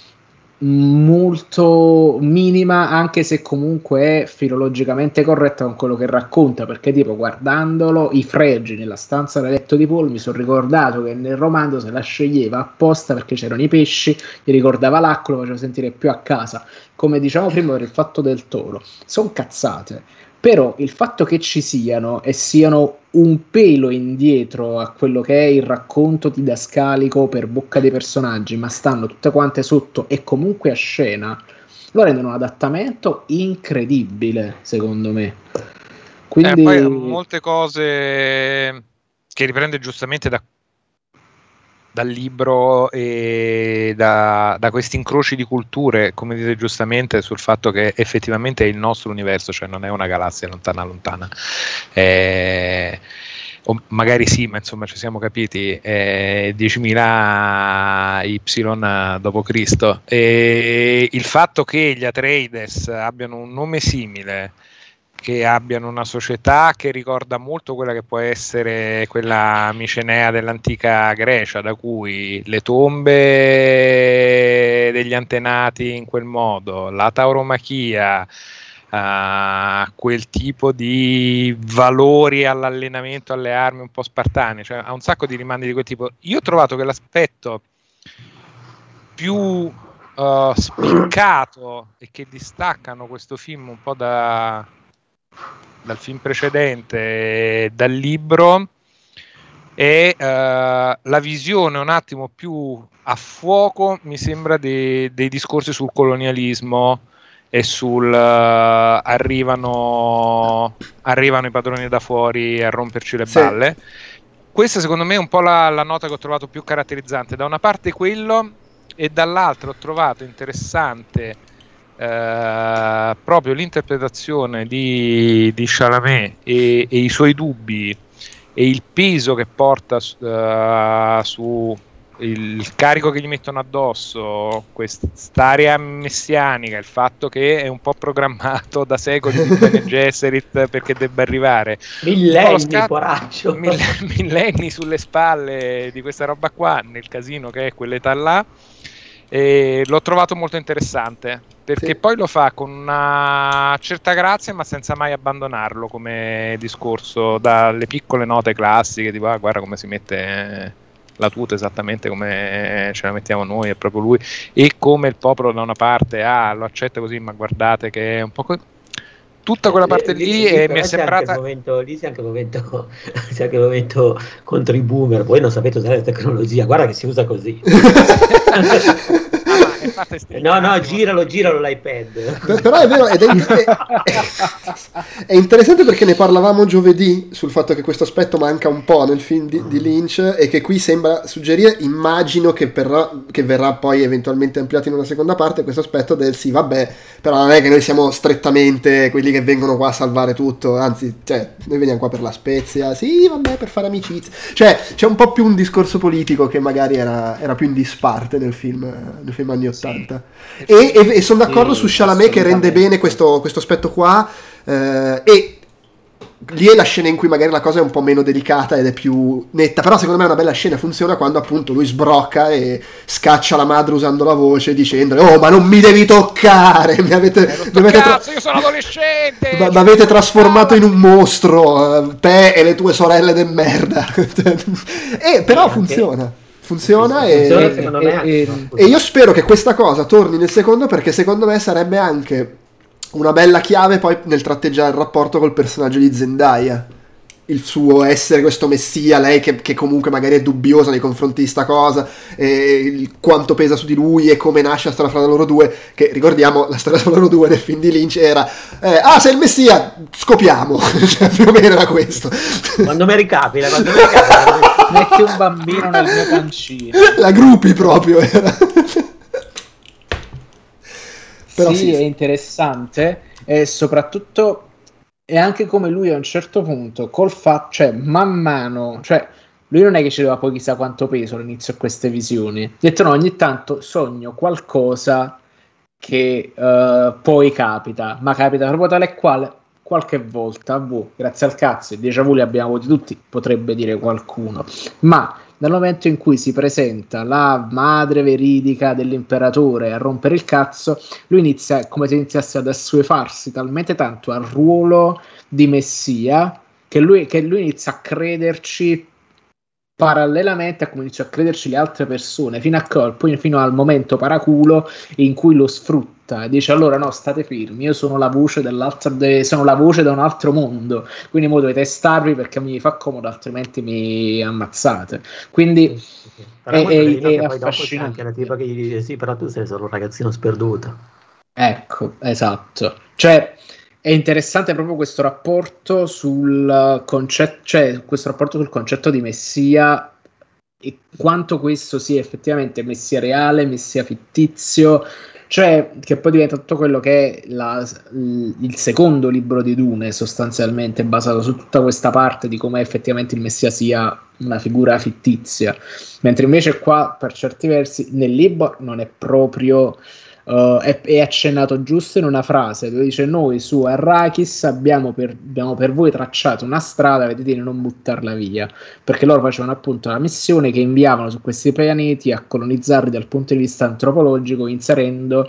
molto minima, anche se comunque è filologicamente corretta con quello che racconta, perché tipo guardandolo i fregi nella stanza da letto di Paul mi sono ricordato che nel romanzo se la sceglieva apposta perché c'erano i pesci, gli ricordava l'acqua, lo faceva sentire più a casa, come diciamo prima per il fatto del toro, sono cazzate. Però il fatto che ci siano e siano un pelo indietro a quello che è il racconto didascalico per bocca dei personaggi, ma stanno tutte quante sotto e comunque a scena, lo rendono un adattamento incredibile, secondo me. Quindi poi molte cose che riprende giustamente dal libro e da questi incroci di culture, come dite giustamente, sul fatto che effettivamente è il nostro universo, cioè non è una galassia lontana, o magari sì, ma insomma ci siamo capiti, 10.000 Y dopo Cristo, e il fatto che gli Atreides abbiano un nome simile, che abbiano una società che ricorda molto quella che può essere quella micenea dell'antica Grecia, da cui le tombe degli antenati in quel modo, la tauromachia, quel tipo di valori all'allenamento, alle armi un po' spartane, cioè ha un sacco di rimandi di quel tipo. Io ho trovato che l'aspetto più spiccato e che distaccano questo film un po' dal film precedente, dal libro, è la visione un attimo più a fuoco, mi sembra, dei discorsi sul colonialismo e sul arrivano i padroni da fuori a romperci le balle. Questa secondo me è un po' la nota che ho trovato più caratterizzante, da una parte quello, e dall'altra ho trovato interessante proprio l'interpretazione di Chalamet e i suoi dubbi e il peso che porta su il carico che gli mettono addosso, quest'area messianica, il fatto che è un po' programmato da secoli di Bene Gesserit perché debba arrivare millenni sulle spalle di questa roba qua, nel casino che è quell'età là. E l'ho trovato molto interessante perché poi lo fa con una certa grazia ma senza mai abbandonarlo come discorso, dalle piccole note classiche tipo guarda come si mette la tuta esattamente come ce la mettiamo noi, è proprio lui, e come il popolo da una parte lo accetta così, ma guardate che è un po' tutta quella parte lì e mi è sembrata lì c'è anche il momento contro i boomer, voi non sapete usare la tecnologia, guarda che si usa così. No, giralo l'iPad. Però è vero, è interessante perché ne parlavamo giovedì sul fatto che questo aspetto manca un po' nel film di Lynch e che qui sembra suggerire, immagino che verrà poi eventualmente ampliato in una seconda parte, questo aspetto del sì vabbè, però non è che noi siamo strettamente quelli che vengono qua a salvare tutto, anzi cioè noi veniamo qua per la Spezia, sì vabbè, per fare amicizia, cioè c'è un po' più un discorso politico che magari era più in disparte nel film anni 80. E sono d'accordo su Chalamet che rende bene questo aspetto qua, e lì è la scena in cui magari la cosa è un po' meno delicata ed è più netta, però secondo me è una bella scena, funziona quando appunto lui sbrocca e scaccia la madre usando la voce dicendo oh ma non mi devi toccare, io sono adolescente, mi avete trasformato in un mostro, te e le tue sorelle de merda. Però funziona e io spero che questa cosa torni nel secondo, perché secondo me sarebbe anche una bella chiave poi nel tratteggiare il rapporto col personaggio di Zendaya, il suo essere questo messia, lei che comunque magari è dubbiosa nei confronti di sta cosa, quanto pesa su di lui e come nasce la storia fra loro due, che ricordiamo la storia fra loro due nel film di Lynch era sei il messia, scopiamo. Cioè, più o meno era questo. Quando mi ricapita metti un bambino nel mio pancino, la gruppi proprio era. Però sì, è interessante, e soprattutto è anche come lui a un certo punto col fatto, cioè man mano, cioè lui non è che ci aveva poi chissà quanto peso all'inizio a queste visioni, ha detto no, ogni tanto sogno qualcosa che poi capita, ma capita proprio tale e quale qualche volta, grazie al cazzo, i déjà vu li abbiamo avuti tutti, potrebbe dire qualcuno, ma nel momento in cui si presenta la madre veridica dell'imperatore a rompere il cazzo, lui inizia come se iniziasse ad assuefarsi talmente tanto al ruolo di messia che lui inizia a crederci parallelamente a come inizia a crederci le altre persone, fino al momento paraculo in cui lo sfrutta e dice allora no, state fermi, io sono la voce sono la voce da un altro mondo, quindi mo dovete starvi perché mi fa comodo, altrimenti mi ammazzate. Quindi è affascinante. Anche la tipa che gli dice sì, però tu sei solo un ragazzino sperduto. Ecco, esatto, cioè è interessante proprio questo rapporto sul concetto, cioè questo rapporto sul concetto di messia e quanto questo sia effettivamente messia reale, messia fittizio, cioè che poi diventa tutto quello che è il secondo libro di Dune, sostanzialmente basato su tutta questa parte di come effettivamente il messia sia una figura fittizia, mentre invece qua per certi versi nel libro non è proprio è accennato giusto in una frase dove dice noi su Arrakis abbiamo per voi tracciato una strada, vedete di non buttarla via, perché loro facevano appunto la missione che inviavano su questi pianeti a colonizzarli dal punto di vista antropologico, inserendo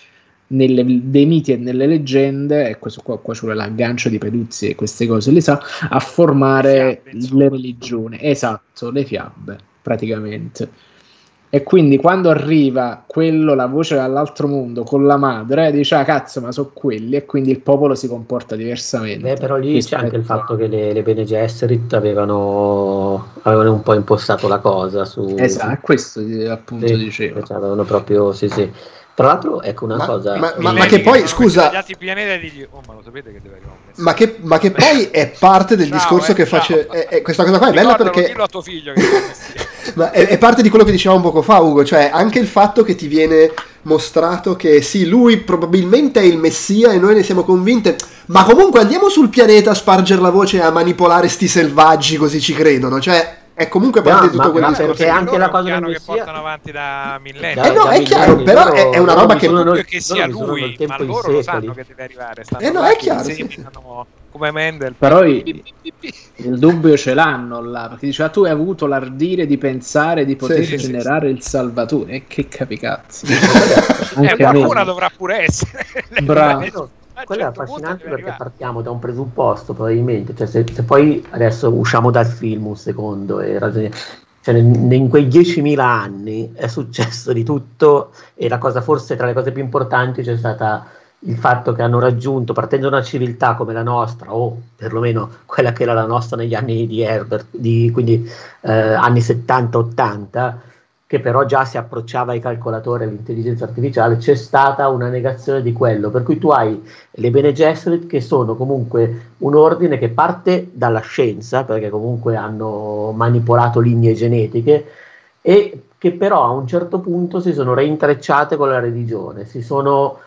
dei miti e nelle leggende, e questo qua ci vuole l'aggancio di Peduzzi e queste cose le sa, a formare le religioni, esatto, le fiabe praticamente. E quindi quando arriva quello, la voce dall'altro mondo con la madre, dice cazzo ma sono quelli, e quindi il popolo si comporta diversamente. Però lì c'è anche il fatto che le Bene Gesserit avevano un po' impostato la cosa su... Esatto, questo appunto dicevo. Cioè, avevano proprio, sì. Tra l'altro, ecco una cosa... Ma che poi, scusa... Gli altri pianeti e digli, ma lo sapete che deve arrivare? Ma che poi è parte del discorso che face... questa cosa qua è bella perché... Dillo a tuo figlio che ma è parte di quello che dicevamo poco fa, Ugo, cioè anche il fatto che ti viene mostrato che sì, lui probabilmente è il messia e noi ne siamo convinte, ma comunque andiamo sul pianeta a spargere la voce e a manipolare sti selvaggi così ci credono, cioè... È comunque parte di tutto quel discorso. Perché anche la cosa che portano avanti da millenni. No, è chiaro, però è una roba che... che sia lui, ma loro lo sanno che deve arrivare. No, è chiaro. Sì. Come Mendel. Però il dubbio ce l'hanno là, perché diceva tu hai avuto l'ardire di pensare di poter generare il Salvatore. E che capicazzi. Qualcuna dovrà pure essere. Bravo. Quello è affascinante perché partiamo da un presupposto probabilmente, cioè se poi adesso usciamo dal film un secondo e ragioniamo, cioè in quei 10.000 anni è successo di tutto, e la cosa forse tra le cose più importanti c'è stata il fatto che hanno raggiunto, partendo da una civiltà come la nostra, o perlomeno quella che era la nostra negli anni di Herbert, quindi anni 70-80, che però già si approcciava ai calcolatori e all'intelligenza artificiale, c'è stata una negazione di quello, per cui tu hai le Bene Gesserit che sono comunque un ordine che parte dalla scienza, perché comunque hanno manipolato linee genetiche, e che però a un certo punto si sono reintrecciate con la religione, si sono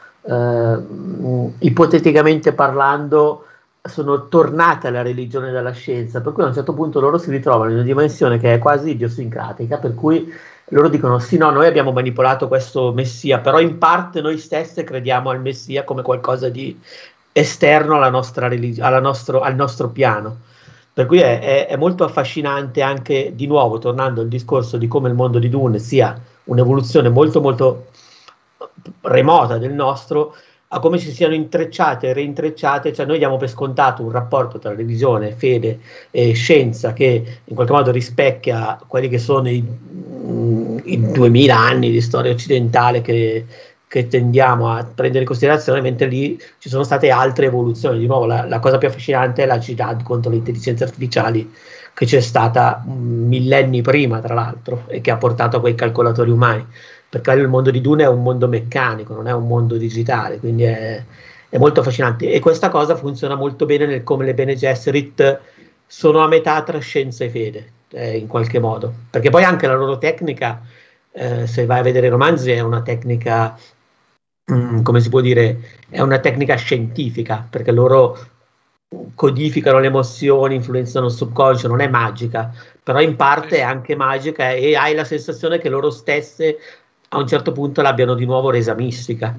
ipoteticamente parlando sono tornate alla religione dalla scienza, per cui a un certo punto loro si ritrovano in una dimensione che è quasi idiosincratica, per cui loro dicono sì, no, noi abbiamo manipolato questo messia, però in parte noi stesse crediamo al messia come qualcosa di esterno alla nostra al nostro piano. Per cui è molto affascinante anche, di nuovo, tornando al discorso di come il mondo di Dune sia un'evoluzione molto molto remota del nostro, a come si siano intrecciate e reintrecciate. Cioè noi diamo per scontato un rapporto tra religione, fede e scienza che in qualche modo rispecchia quelli che sono i 2000 anni di storia occidentale che tendiamo a prendere in considerazione, mentre lì ci sono state altre evoluzioni. Di nuovo la cosa più affascinante è la jihad contro le intelligenze artificiali che c'è stata millenni prima, tra l'altro, e che ha portato a quei calcolatori umani, perché il mondo di Dune è un mondo meccanico, non è un mondo digitale, quindi è molto affascinante. E questa cosa funziona molto bene nel come le Bene Gesserit sono a metà tra scienza e fede, in qualche modo, perché poi anche la loro tecnica, se vai a vedere i romanzi, è una tecnica, come si può dire, è una tecnica scientifica, perché loro codificano le emozioni, influenzano il subconscio, non è magica, però in parte è anche magica, e hai la sensazione che loro stesse a un certo punto l'abbiano di nuovo resa mistica.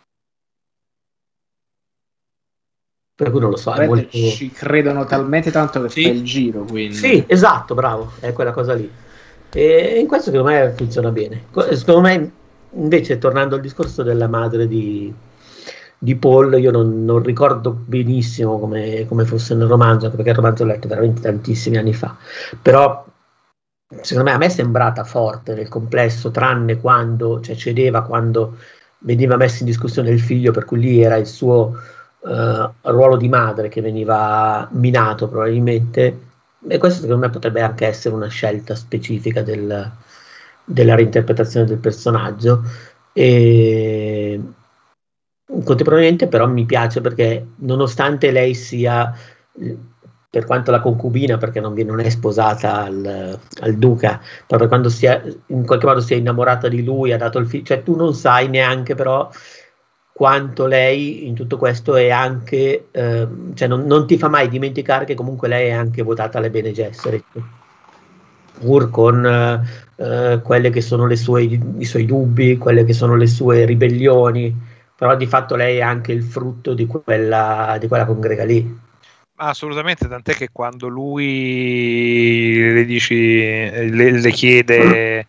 Per cui non lo so, è molto... ci credono talmente tanto che fa il giro, quindi. Sì, esatto, bravo, è quella cosa lì. E in questo secondo me funziona bene. Secondo me, invece, tornando al discorso della madre di Paul, io non ricordo benissimo come fosse nel romanzo, perché il romanzo l'ho letto veramente tantissimi anni fa, però secondo me a me è sembrata forte nel complesso, tranne quando, cioè, cedeva quando veniva messo in discussione il figlio, per cui lì era il suo ruolo di madre che veniva minato probabilmente. E questo secondo me potrebbe anche essere una scelta specifica della reinterpretazione del personaggio. E contemporaneamente però mi piace perché, nonostante lei sia, per quanto la concubina, perché non è sposata al duca, proprio quando in qualche modo si è innamorata di lui, ha dato il figlio, cioè tu non sai neanche però quanto lei in tutto questo è anche, cioè non ti fa mai dimenticare che comunque lei è anche votata alle Bene Gesserit, pur con quelle che sono i suoi dubbi, quelle che sono le sue ribellioni, però di fatto lei è anche il frutto di quella congrega lì. Assolutamente, tant'è che quando lui le chiede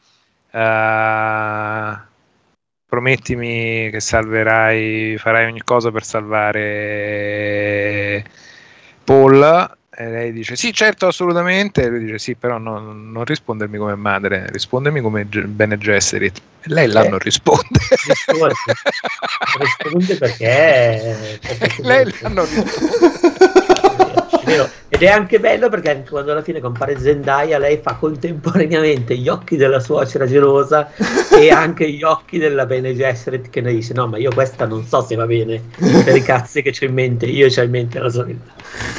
promettimi che farai ogni cosa per salvare Paul, e lei dice sì, certo, assolutamente, e lui dice sì, però non rispondermi come madre, rispondermi come Bene Gesserit. E lei là non risponde. Risponde perché lei là non risponde. Ed è anche bello perché quando alla fine compare Zendaya, lei fa contemporaneamente gli occhi della suocera gelosa e anche gli occhi della Bene Gesserit, che ne dice no, ma io questa non so se va bene per i cazzi che c'ho in mente, io c'ho in mente la sorella.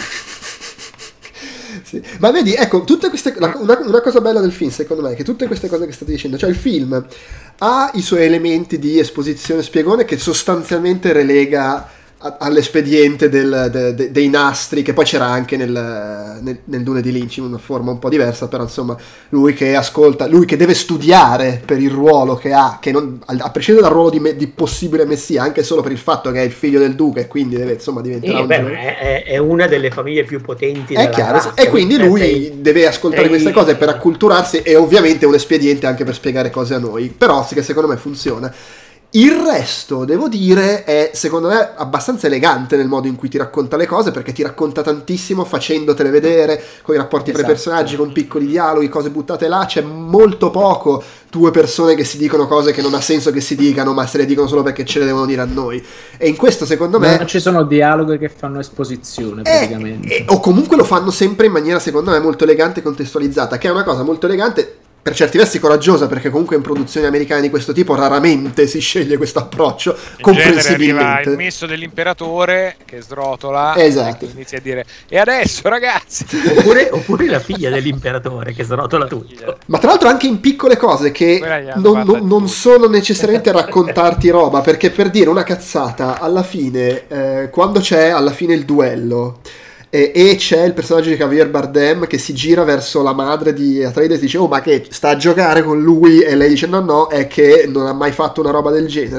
Sì. Ma vedi, ecco, tutte queste, una cosa bella del film secondo me è che tutte queste cose che state dicendo, cioè il film ha i suoi elementi di esposizione spiegone che sostanzialmente relega all'espediente dei nastri, che poi c'era anche nel Dune di Lynch in una forma un po' diversa, però insomma lui che ascolta, lui che deve studiare per il ruolo che ha, che non, a prescindere dal ruolo di possibile messia, anche solo per il fatto che è il figlio del duca e quindi deve insomma diventare è una delle famiglie più potenti della classe, e quindi lui deve ascoltare queste cose per acculturarsi, e ovviamente è un espediente anche per spiegare cose a noi, però sì, che secondo me funziona. Il resto, devo dire, è secondo me abbastanza elegante nel modo in cui ti racconta le cose, perché ti racconta tantissimo facendotele vedere, con i rapporti fra i personaggi, con piccoli dialoghi, cose buttate là. C'è molto poco due persone che si dicono cose che non ha senso che si dicano, ma se le dicono solo perché ce le devono dire a noi. E in questo secondo me non ci sono dialoghi che fanno esposizione praticamente, o comunque lo fanno sempre in maniera secondo me molto elegante e contestualizzata, che è una cosa molto elegante, per certi versi coraggiosa, perché comunque in produzioni americane di questo tipo raramente si sceglie questo approccio, comprensibilmente. Arriva il messo dell'imperatore che srotola, esatto, e inizia a dire e adesso ragazzi, oppure la figlia dell'imperatore che srotola tutto, ma tra l'altro anche in piccole cose che non sono necessariamente raccontarti roba, perché per dire una cazzata alla fine, quando c'è alla fine il duello e c'è il personaggio di Javier Bardem che si gira verso la madre di Atreides e dice oh, ma che sta a giocare con lui, e lei dice no, è che non ha mai fatto una roba del genere.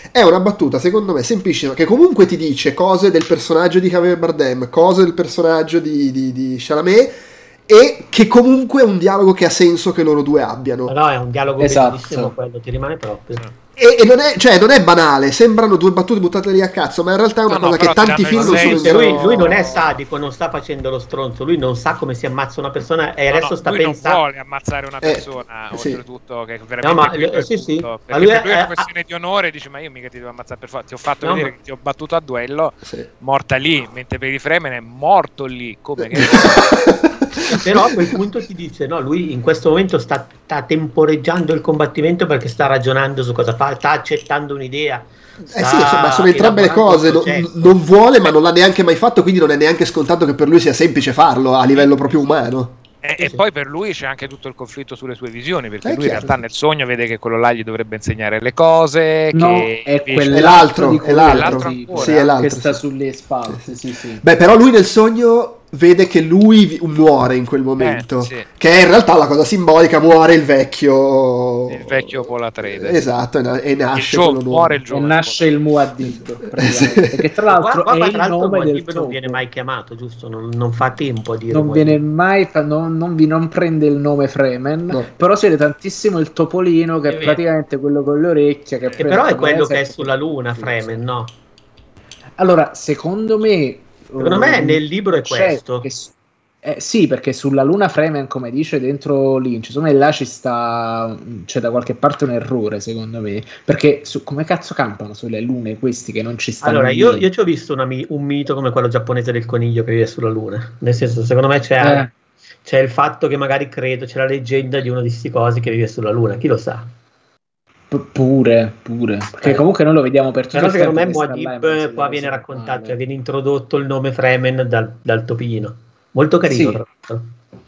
È una battuta, secondo me, semplicissima, che comunque ti dice cose del personaggio di Javier Bardem, cose del personaggio di Chalamet, e che comunque è un dialogo che ha senso che loro due abbiano. No, è un dialogo bellissimo, quello ti rimane proprio. E non è banale, sembrano due battute buttate lì a cazzo, ma in realtà è una cosa che tanti film non sono in grado. Lui non è sadico, non sta facendo lo stronzo, lui non sa come si ammazza una persona e adesso sta pensando. Lui non vuole ammazzare una persona, oltretutto, che è veramente ma lui è una questione di onore, dice: ma io mica ti devo ammazzare per forza, ti ho fatto vedere che ti ho battuto a duello, morta lì, mentre per i Fremen è morto lì, come che però a quel punto ti dice no, lui in questo momento sta temporeggiando il combattimento perché sta ragionando su cosa fa, sta accettando un'idea. Ma sono entrambe le cose, non vuole ma non l'ha neanche mai fatto, quindi non è neanche scontato che per lui sia semplice farlo a livello proprio umano. E poi per lui c'è anche tutto il conflitto sulle sue visioni, perché lui in realtà nel sogno vede che quello là gli dovrebbe insegnare le cose, è l'altro che sta sulle spalle. Sì. Beh, però lui nel sogno vede che lui muore in quel momento, che è in realtà la cosa simbolica, muore il vecchio Paul Atreides, esatto, e nasce nasce il Muad'Dib, perché tra l'altro è il nome del non viene mai chiamato, giusto? Non fa tempo a dire, non viene mai non prende il nome Fremen, però si vede tantissimo il topolino che è praticamente quello con le orecchie, che però è quello che è sulla luna, Fremen, no? Allora, secondo me nel libro è questo. Sì, perché sulla luna Fremen, come dice dentro Lynch, secondo me là c'è da qualche parte un errore, secondo me, perché come cazzo campano sulle lune questi che non ci stanno? Allora, io ci ho visto un mito come quello giapponese del coniglio che vive sulla luna, nel senso, secondo me c'è il fatto che magari c'è la leggenda di uno di sti cosi che vive sulla luna, chi lo sa? Pure perché comunque noi lo vediamo per tutto. Però secondo me Muad'Dib qua viene raccontato, cioè viene introdotto il nome Fremen dal topino, molto carino, tra l'altro.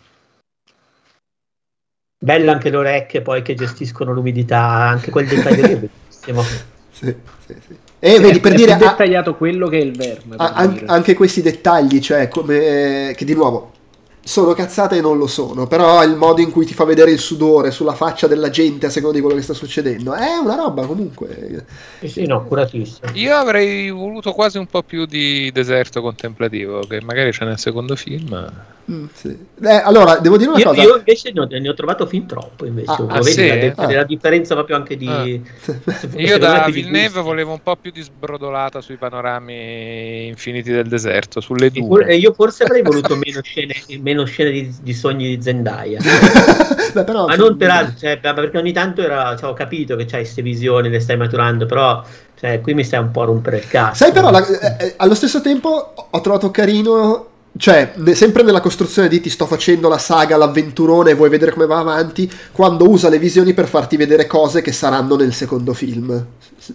Bella anche le orecchie poi che gestiscono l'umidità, anche quel dettaglio lì è bellissimo. Sì. E vedi, per dire, dettagliato quello che è il verme, anche questi dettagli, cioè come che di nuovo sono cazzate e non lo sono, però il modo in cui ti fa vedere il sudore sulla faccia della gente a seconda di quello che sta succedendo è una roba comunque. Sì, no, curatissimo. Io avrei voluto quasi un po' più di deserto contemplativo, che magari c'è nel secondo film. Allora, devo dire una cosa. Io invece ne ho trovato fin troppo, invece. La differenza proprio anche di... Io da Villeneuve volevo un po' più di sbrodolata sui panorami infiniti del deserto, sulle dune. Io forse avrei voluto meno scene di sogni di Zendaya. Beh, però, ma non perché ogni tanto ho capito che c'hai queste visioni, le stai maturando, però qui mi stai un po' a rompere il cazzo. Sai, però allo stesso tempo ho trovato carino, cioè sempre nella costruzione di ti sto facendo la saga, l'avventurone, vuoi vedere come va avanti, quando usa le visioni per farti vedere cose che saranno nel secondo film,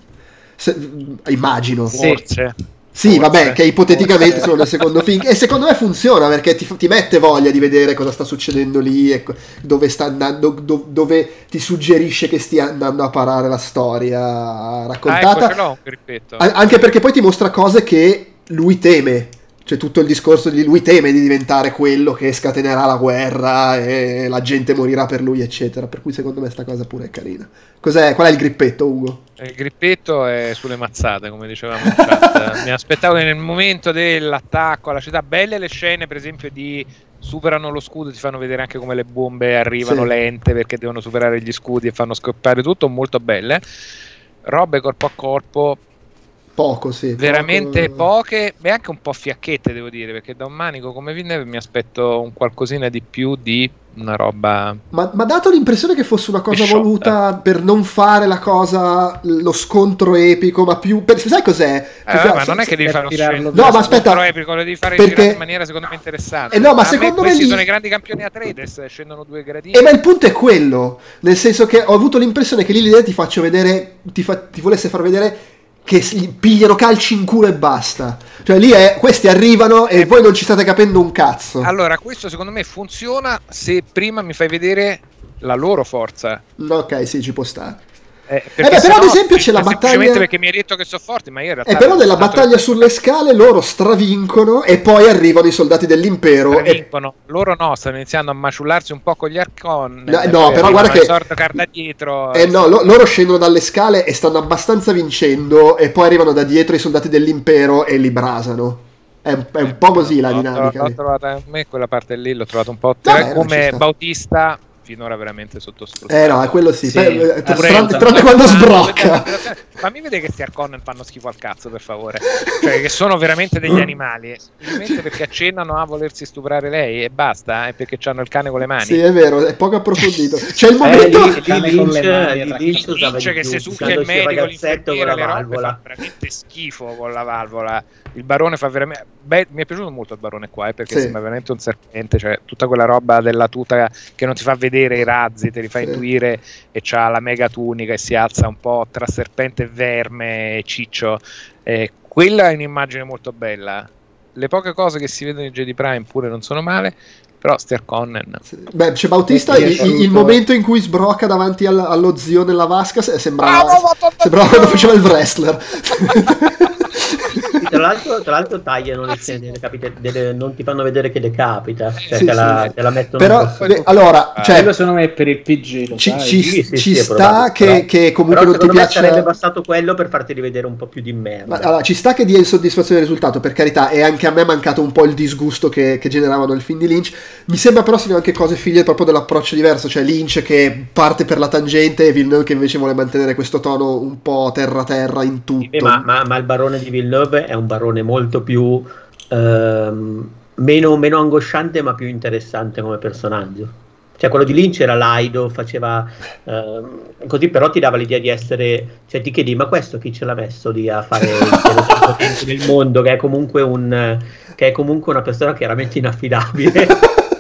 immagino. Forse. Sì, vabbè, che ipoteticamente sono nel secondo film, e secondo me funziona perché ti mette voglia di vedere cosa sta succedendo lì, e dove sta andando, dove ti suggerisce che stia andando a parare la storia raccontata. Ecco, ce l'ho un grippetto. Anche perché poi ti mostra cose che lui teme. C'è tutto il discorso di lui teme di diventare quello che scatenerà la guerra e la gente morirà per lui, eccetera. Per cui secondo me sta cosa pure è carina. Qual è il grippetto, Ugo? Il grippetto è sulle mazzate, come dicevamo in chat. Mi aspettavo che nel momento dell'attacco alla città, belle le scene per esempio di superano lo scudo, ti fanno vedere anche come le bombe arrivano lente perché devono superare gli scudi e fanno scoppiare tutto, molto belle. Robe corpo a corpo poco, sì. Veramente poche, e anche un po' fiacchette, devo dire, perché da un manico come Villeneuve mi aspetto un qualcosina di più di una roba. Ma dato l'impressione che fosse una cosa voluta per non fare la cosa, lo scontro epico, ma più sai cos'è? Ma non è che devi fare lo scontro ma aspetta, epico, lo devi fare in maniera secondo me interessante. No, ma secondo me questi sono i grandi campioni Atreides, scendono 2 gradini. Ma il punto è quello, nel senso che ho avuto l'impressione che lì l'idea ti faccio vedere, ti volesse far vedere che pigliano calci in culo e basta. Cioè lì questi arrivano e voi non ci state capendo un cazzo. Allora, questo secondo me funziona se prima mi fai vedere la loro forza. Ok, sì, ci può stare. però ad esempio c'è la battaglia, perché mi hai detto che sono forti, ma io in realtà però nella battaglia sulle scale loro stravincono e poi arrivano i soldati dell'impero. Stravincono, loro no, stanno iniziando a maciullarsi un po' con gli Arcon. No, però guarda che carta dietro. Loro scendono dalle scale e stanno abbastanza vincendo e poi arrivano da dietro i soldati dell'impero e li brasano. È un po' così la dinamica. L'ho trovata, a me quella parte lì l'ho trovata un po' come Bautista finora veramente sottosfruttato. No, è quello sì. Tranne quando sbrocca. Fammi vedere che sti Arcon fanno schifo al cazzo, per favore. Cioè, che sono veramente degli animali. Semplicemente perché accennano a volersi stuprare lei e basta, è perché hanno il cane con le mani. Sì, è vero, è poco approfondito. C'è il momento Lynch che se succhia il medico, l'infermiera, le robe fa veramente schifo con la valvola. Il barone fa veramente... mi è piaciuto molto il barone qua, perché sembra veramente un serpente, cioè tutta quella roba della tuta che non ti fa vedere i razzi, te li fa intuire, e c'ha la mega tunica e si alza un po' tra serpente e verme e ciccio. Quella è un'immagine molto bella. Le poche cose che si vedono in Jedi Prime pure non sono male, però Ster Connen. Beh, c'è Bautista, il momento in cui sbrocca davanti allo zio nella vasca sembrava quando faceva il wrestler. Tra l'altro tagliano le scene non ti fanno vedere che decapita, cioè te la mettono. Però allora, quello secondo me è per il PG. Ci sta che comunque non ti piaccia. Sarebbe bastato quello per farti rivedere un po' più di merda. Allora, ci sta che dia insoddisfazione del risultato, per carità, e anche a me è mancato un po' il disgusto che generavano il film di Lynch. Mi sembra però siano anche cose figlie proprio dell'approccio diverso, cioè Lynch che parte per la tangente e Villeneuve che invece vuole mantenere questo tono un po' terra in tutto. Ma il barone di Villeneuve è un barone molto più meno angosciante, ma più interessante come personaggio. Cioè quello di Lynch era laido, faceva così, però ti dava l'idea di essere, cioè ti chiedi, ma questo chi ce l'ha messo lì a fare il potente del mondo, che è comunque una persona chiaramente inaffidabile.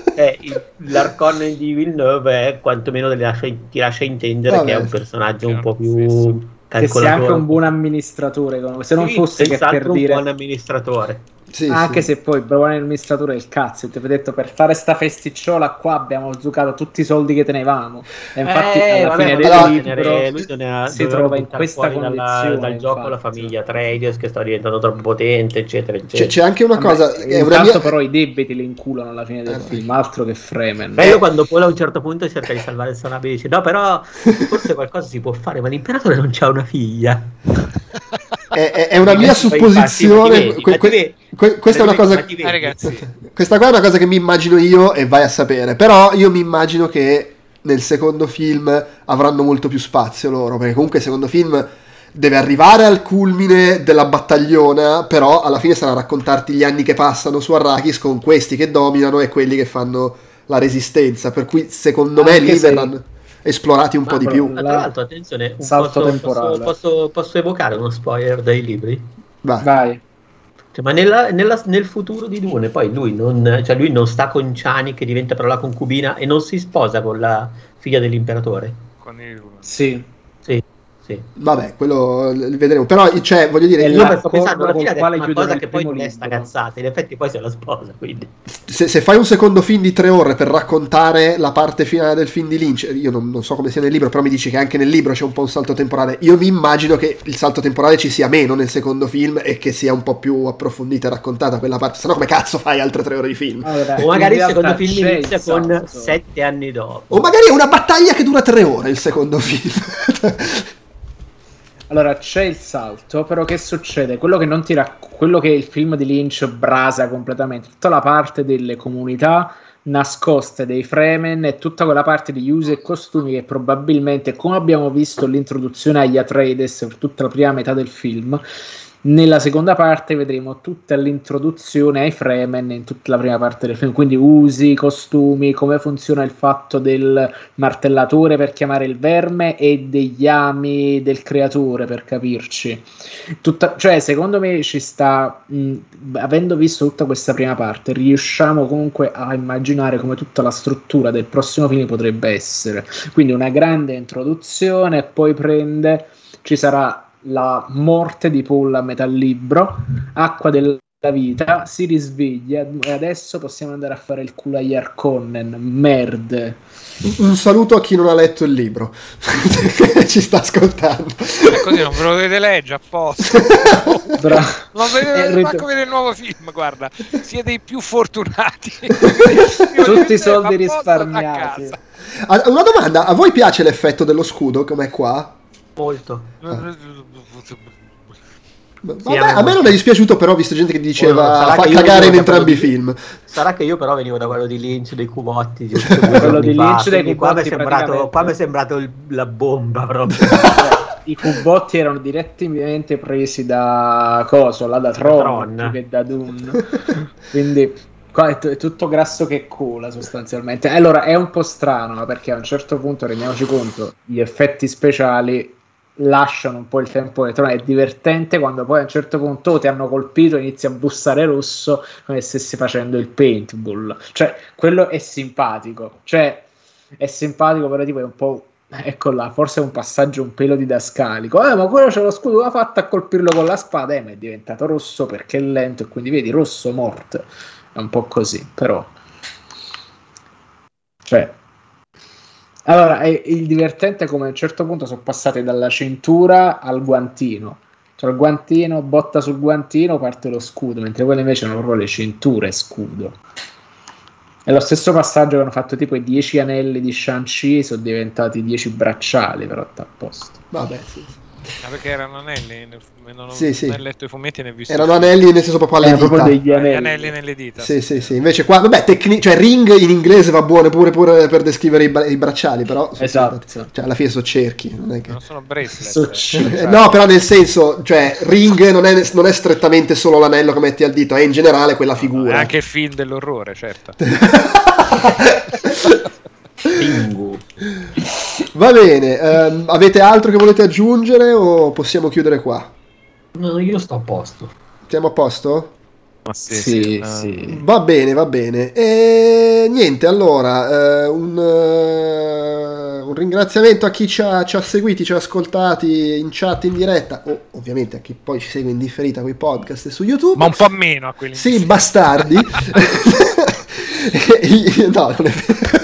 L'Arcon di Villeneuve è quantomeno ti lascia intendere che è un personaggio un po' più che sia anche un buon amministratore, se non fosse che per dire un buon amministratore. Anche se poi buon amministratore del cazzo, ti ho detto, per fare sta festicciola qua abbiamo zuccato tutti i soldi che tenevamo, e infatti alla fine del si trova in questa condizione dal gioco la famiglia Atreides che sta diventando troppo potente, eccetera. C'è anche una cosa, però i debiti li inculano alla fine del film, altro che Fremen. Bello quando poi a un certo punto cerca di salvare il Sanabria e dice no, però forse qualcosa si può fare, ma l'imperatore non c'ha una figlia. È una mia supposizione. Questa è una cosa, ragazzi. Questa qua è una cosa che mi immagino io e vai a sapere. Però io mi immagino che nel secondo film avranno molto più spazio loro, perché comunque il secondo film deve arrivare al culmine della battagliona, però alla fine sarà raccontarti gli anni che passano su Arrakis con questi che dominano e quelli che fanno la resistenza, per cui secondo me lì verranno esplorati un po' di più. Tra l'altro, attenzione, posso evocare uno spoiler dai libri? Vai. Cioè, ma nel futuro di Dune poi lui non sta con Chani che diventa però la concubina e non si sposa con la figlia dell'imperatore. Sì. Vabbè, quello vedremo. Però, cioè, voglio dire, io sto pensando alla fine è una cosa che poi non è sta cazzata. In effetti, poi se la sposa. Quindi, se fai un secondo film di 3 ore per raccontare la parte finale del film di Lynch, io non so come sia nel libro, però mi dici che anche nel libro c'è un po' un salto temporale. Io mi immagino che il salto temporale ci sia meno nel secondo film e che sia un po' più approfondita e raccontata quella parte. Sennò, come cazzo fai altre 3 ore di film? O magari il secondo film inizia con 7 anni dopo. O magari è una battaglia che dura 3 ore il secondo film. Allora c'è il salto, però che succede? Quello che il film di Lynch brasa completamente, tutta la parte delle comunità nascoste dei Fremen e tutta quella parte di usi e costumi che probabilmente, come abbiamo visto l'introduzione agli Atreides per tutta la prima metà del film, nella seconda parte vedremo tutta l'introduzione ai Fremen in tutta la prima parte del film, quindi usi, costumi, come funziona il fatto del martellatore per chiamare il verme e degli ami del creatore, per capirci. Cioè, secondo me ci sta, avendo visto tutta questa prima parte, riusciamo comunque a immaginare come tutta la struttura del prossimo film potrebbe essere. Quindi una grande introduzione, poi ci sarà la morte di Paul a metà libro, acqua della vita, si risveglia e adesso possiamo andare a fare il culo agli Harkonnen, merde. Un saluto a chi non ha letto il libro che ci sta ascoltando. Così non ve lo dovete leggere apposta. Non vedete manco vedere il nuovo film, guarda, siete i più fortunati. Tutti i soldi risparmiati. Una domanda, a voi piace l'effetto dello scudo com'è qua? Molto. A me non è dispiaciuto, però ho visto gente che diceva fa cagare in entrambi i film. Sarà che io però venivo da quello di Lynch dei cubotti quello di Lynch dei cubotti qua mi è sembrato la bomba proprio. I cubotti erano direttamente presi da da Tron che da Dune. Quindi qua è tutto grasso che cola sostanzialmente. Allora è un po' strano perché a un certo punto, rendiamoci conto, gli effetti speciali lasciano un po' il tempo di Tron. È divertente quando poi a un certo punto ti hanno colpito e inizi a bussare rosso come se stessi facendo il paintball, cioè quello è simpatico, però tipo è un po', ecco là, forse è un passaggio un pelo didascalico, ma quello c'è lo scudo, l'ha fatto a colpirlo con la spada, ma è diventato rosso perché è lento e quindi vedi rosso morto, è un po' così, però allora, il divertente è come a un certo punto sono passate dalla cintura al guantino. Cioè il guantino, botta sul guantino, parte lo scudo, mentre quelle invece erano proprio le cinture scudo. È lo stesso passaggio che hanno fatto tipo i 10 anelli di Shang-Chi, sono diventati 10 bracciali, però sta a posto. Vabbè, sì. Perché erano anelli, non ho letto i fumetti, ne ho visto. Erano anelli nel senso proprio alle dita. Proprio degli anelli nelle dita. Sì. Invece qua, vabbè, cioè ring in inglese va buono pure per descrivere i bracciali, però esatto. Cioè alla fine sono cerchi, non è che non sono bracelet. no, però nel senso, cioè ring non è strettamente solo l'anello che metti al dito, è in generale quella figura. È anche il film dell'orrore, certo. Bingo. Va bene, avete altro che volete aggiungere o possiamo chiudere qua? No, io sto a posto. Siamo a posto? Sì. Va bene. E niente, allora un ringraziamento a chi ci ha seguiti, ci ha ascoltati in chat, in diretta, o ovviamente a chi poi ci segue in differita con i podcast su YouTube. Ma un po' meno a quelli. Sì, bastardi. No, non è vero.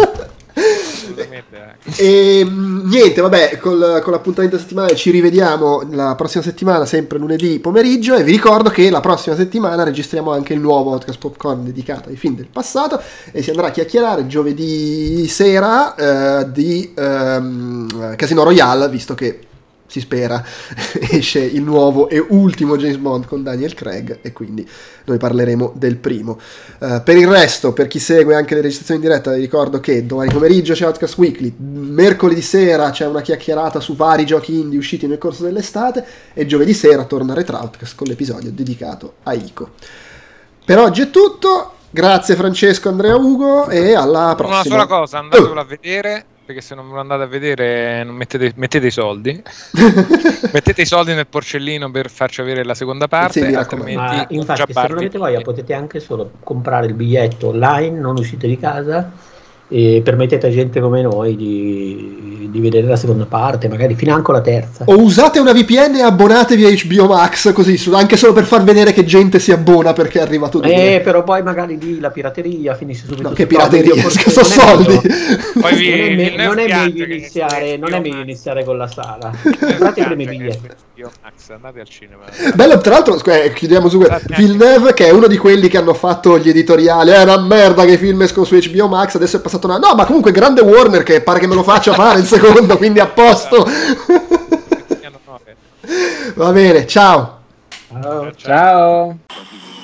E niente, vabbè, con l'appuntamento settimanale ci rivediamo la prossima settimana, sempre lunedì pomeriggio, e vi ricordo che la prossima settimana registriamo anche il nuovo podcast Popcorn dedicato ai film del passato e si andrà a chiacchierare giovedì sera di Casino Royale, visto che si spera esce il nuovo e ultimo James Bond con Daniel Craig e quindi noi parleremo del primo. Per il resto, per chi segue anche le registrazioni in diretta, vi ricordo che domani pomeriggio c'è Outcast Weekly, mercoledì sera c'è una chiacchierata su vari giochi indie usciti nel corso dell'estate e giovedì sera torna Retro Outcast con l'episodio dedicato a Ico. Per oggi è tutto, grazie Francesco, Andrea, Ugo e alla prossima. Una sola cosa, andatevelo a vedere, perché se non me lo andate a vedere non mettete i soldi. Mettete i soldi nel porcellino per farci avere la seconda parte, sì, altrimenti infatti se non avete voglia potete anche solo comprare il biglietto online, non uscite di casa e permettete a gente come noi di vedere la seconda parte, magari financo la terza. O usate una VPN e abbonatevi a HBO Max, così anche solo per far vedere che gente si abbona perché è arrivato dove. Però poi magari lì la pirateria finisce subito. No, che pirateria, sono soldi. Poi non è meglio iniziare con la sala. Comprate i primi biglietti. Andate al cinema. Bello, tra l'altro, chiudiamo su Villeneuve, che è uno di quelli che hanno fatto gli editoriali. È una merda che i film escono su HBO Max, adesso è passato no, ma comunque grande Warner che pare che me lo faccia fare il secondo, quindi a posto. Va bene, ciao. Ciao.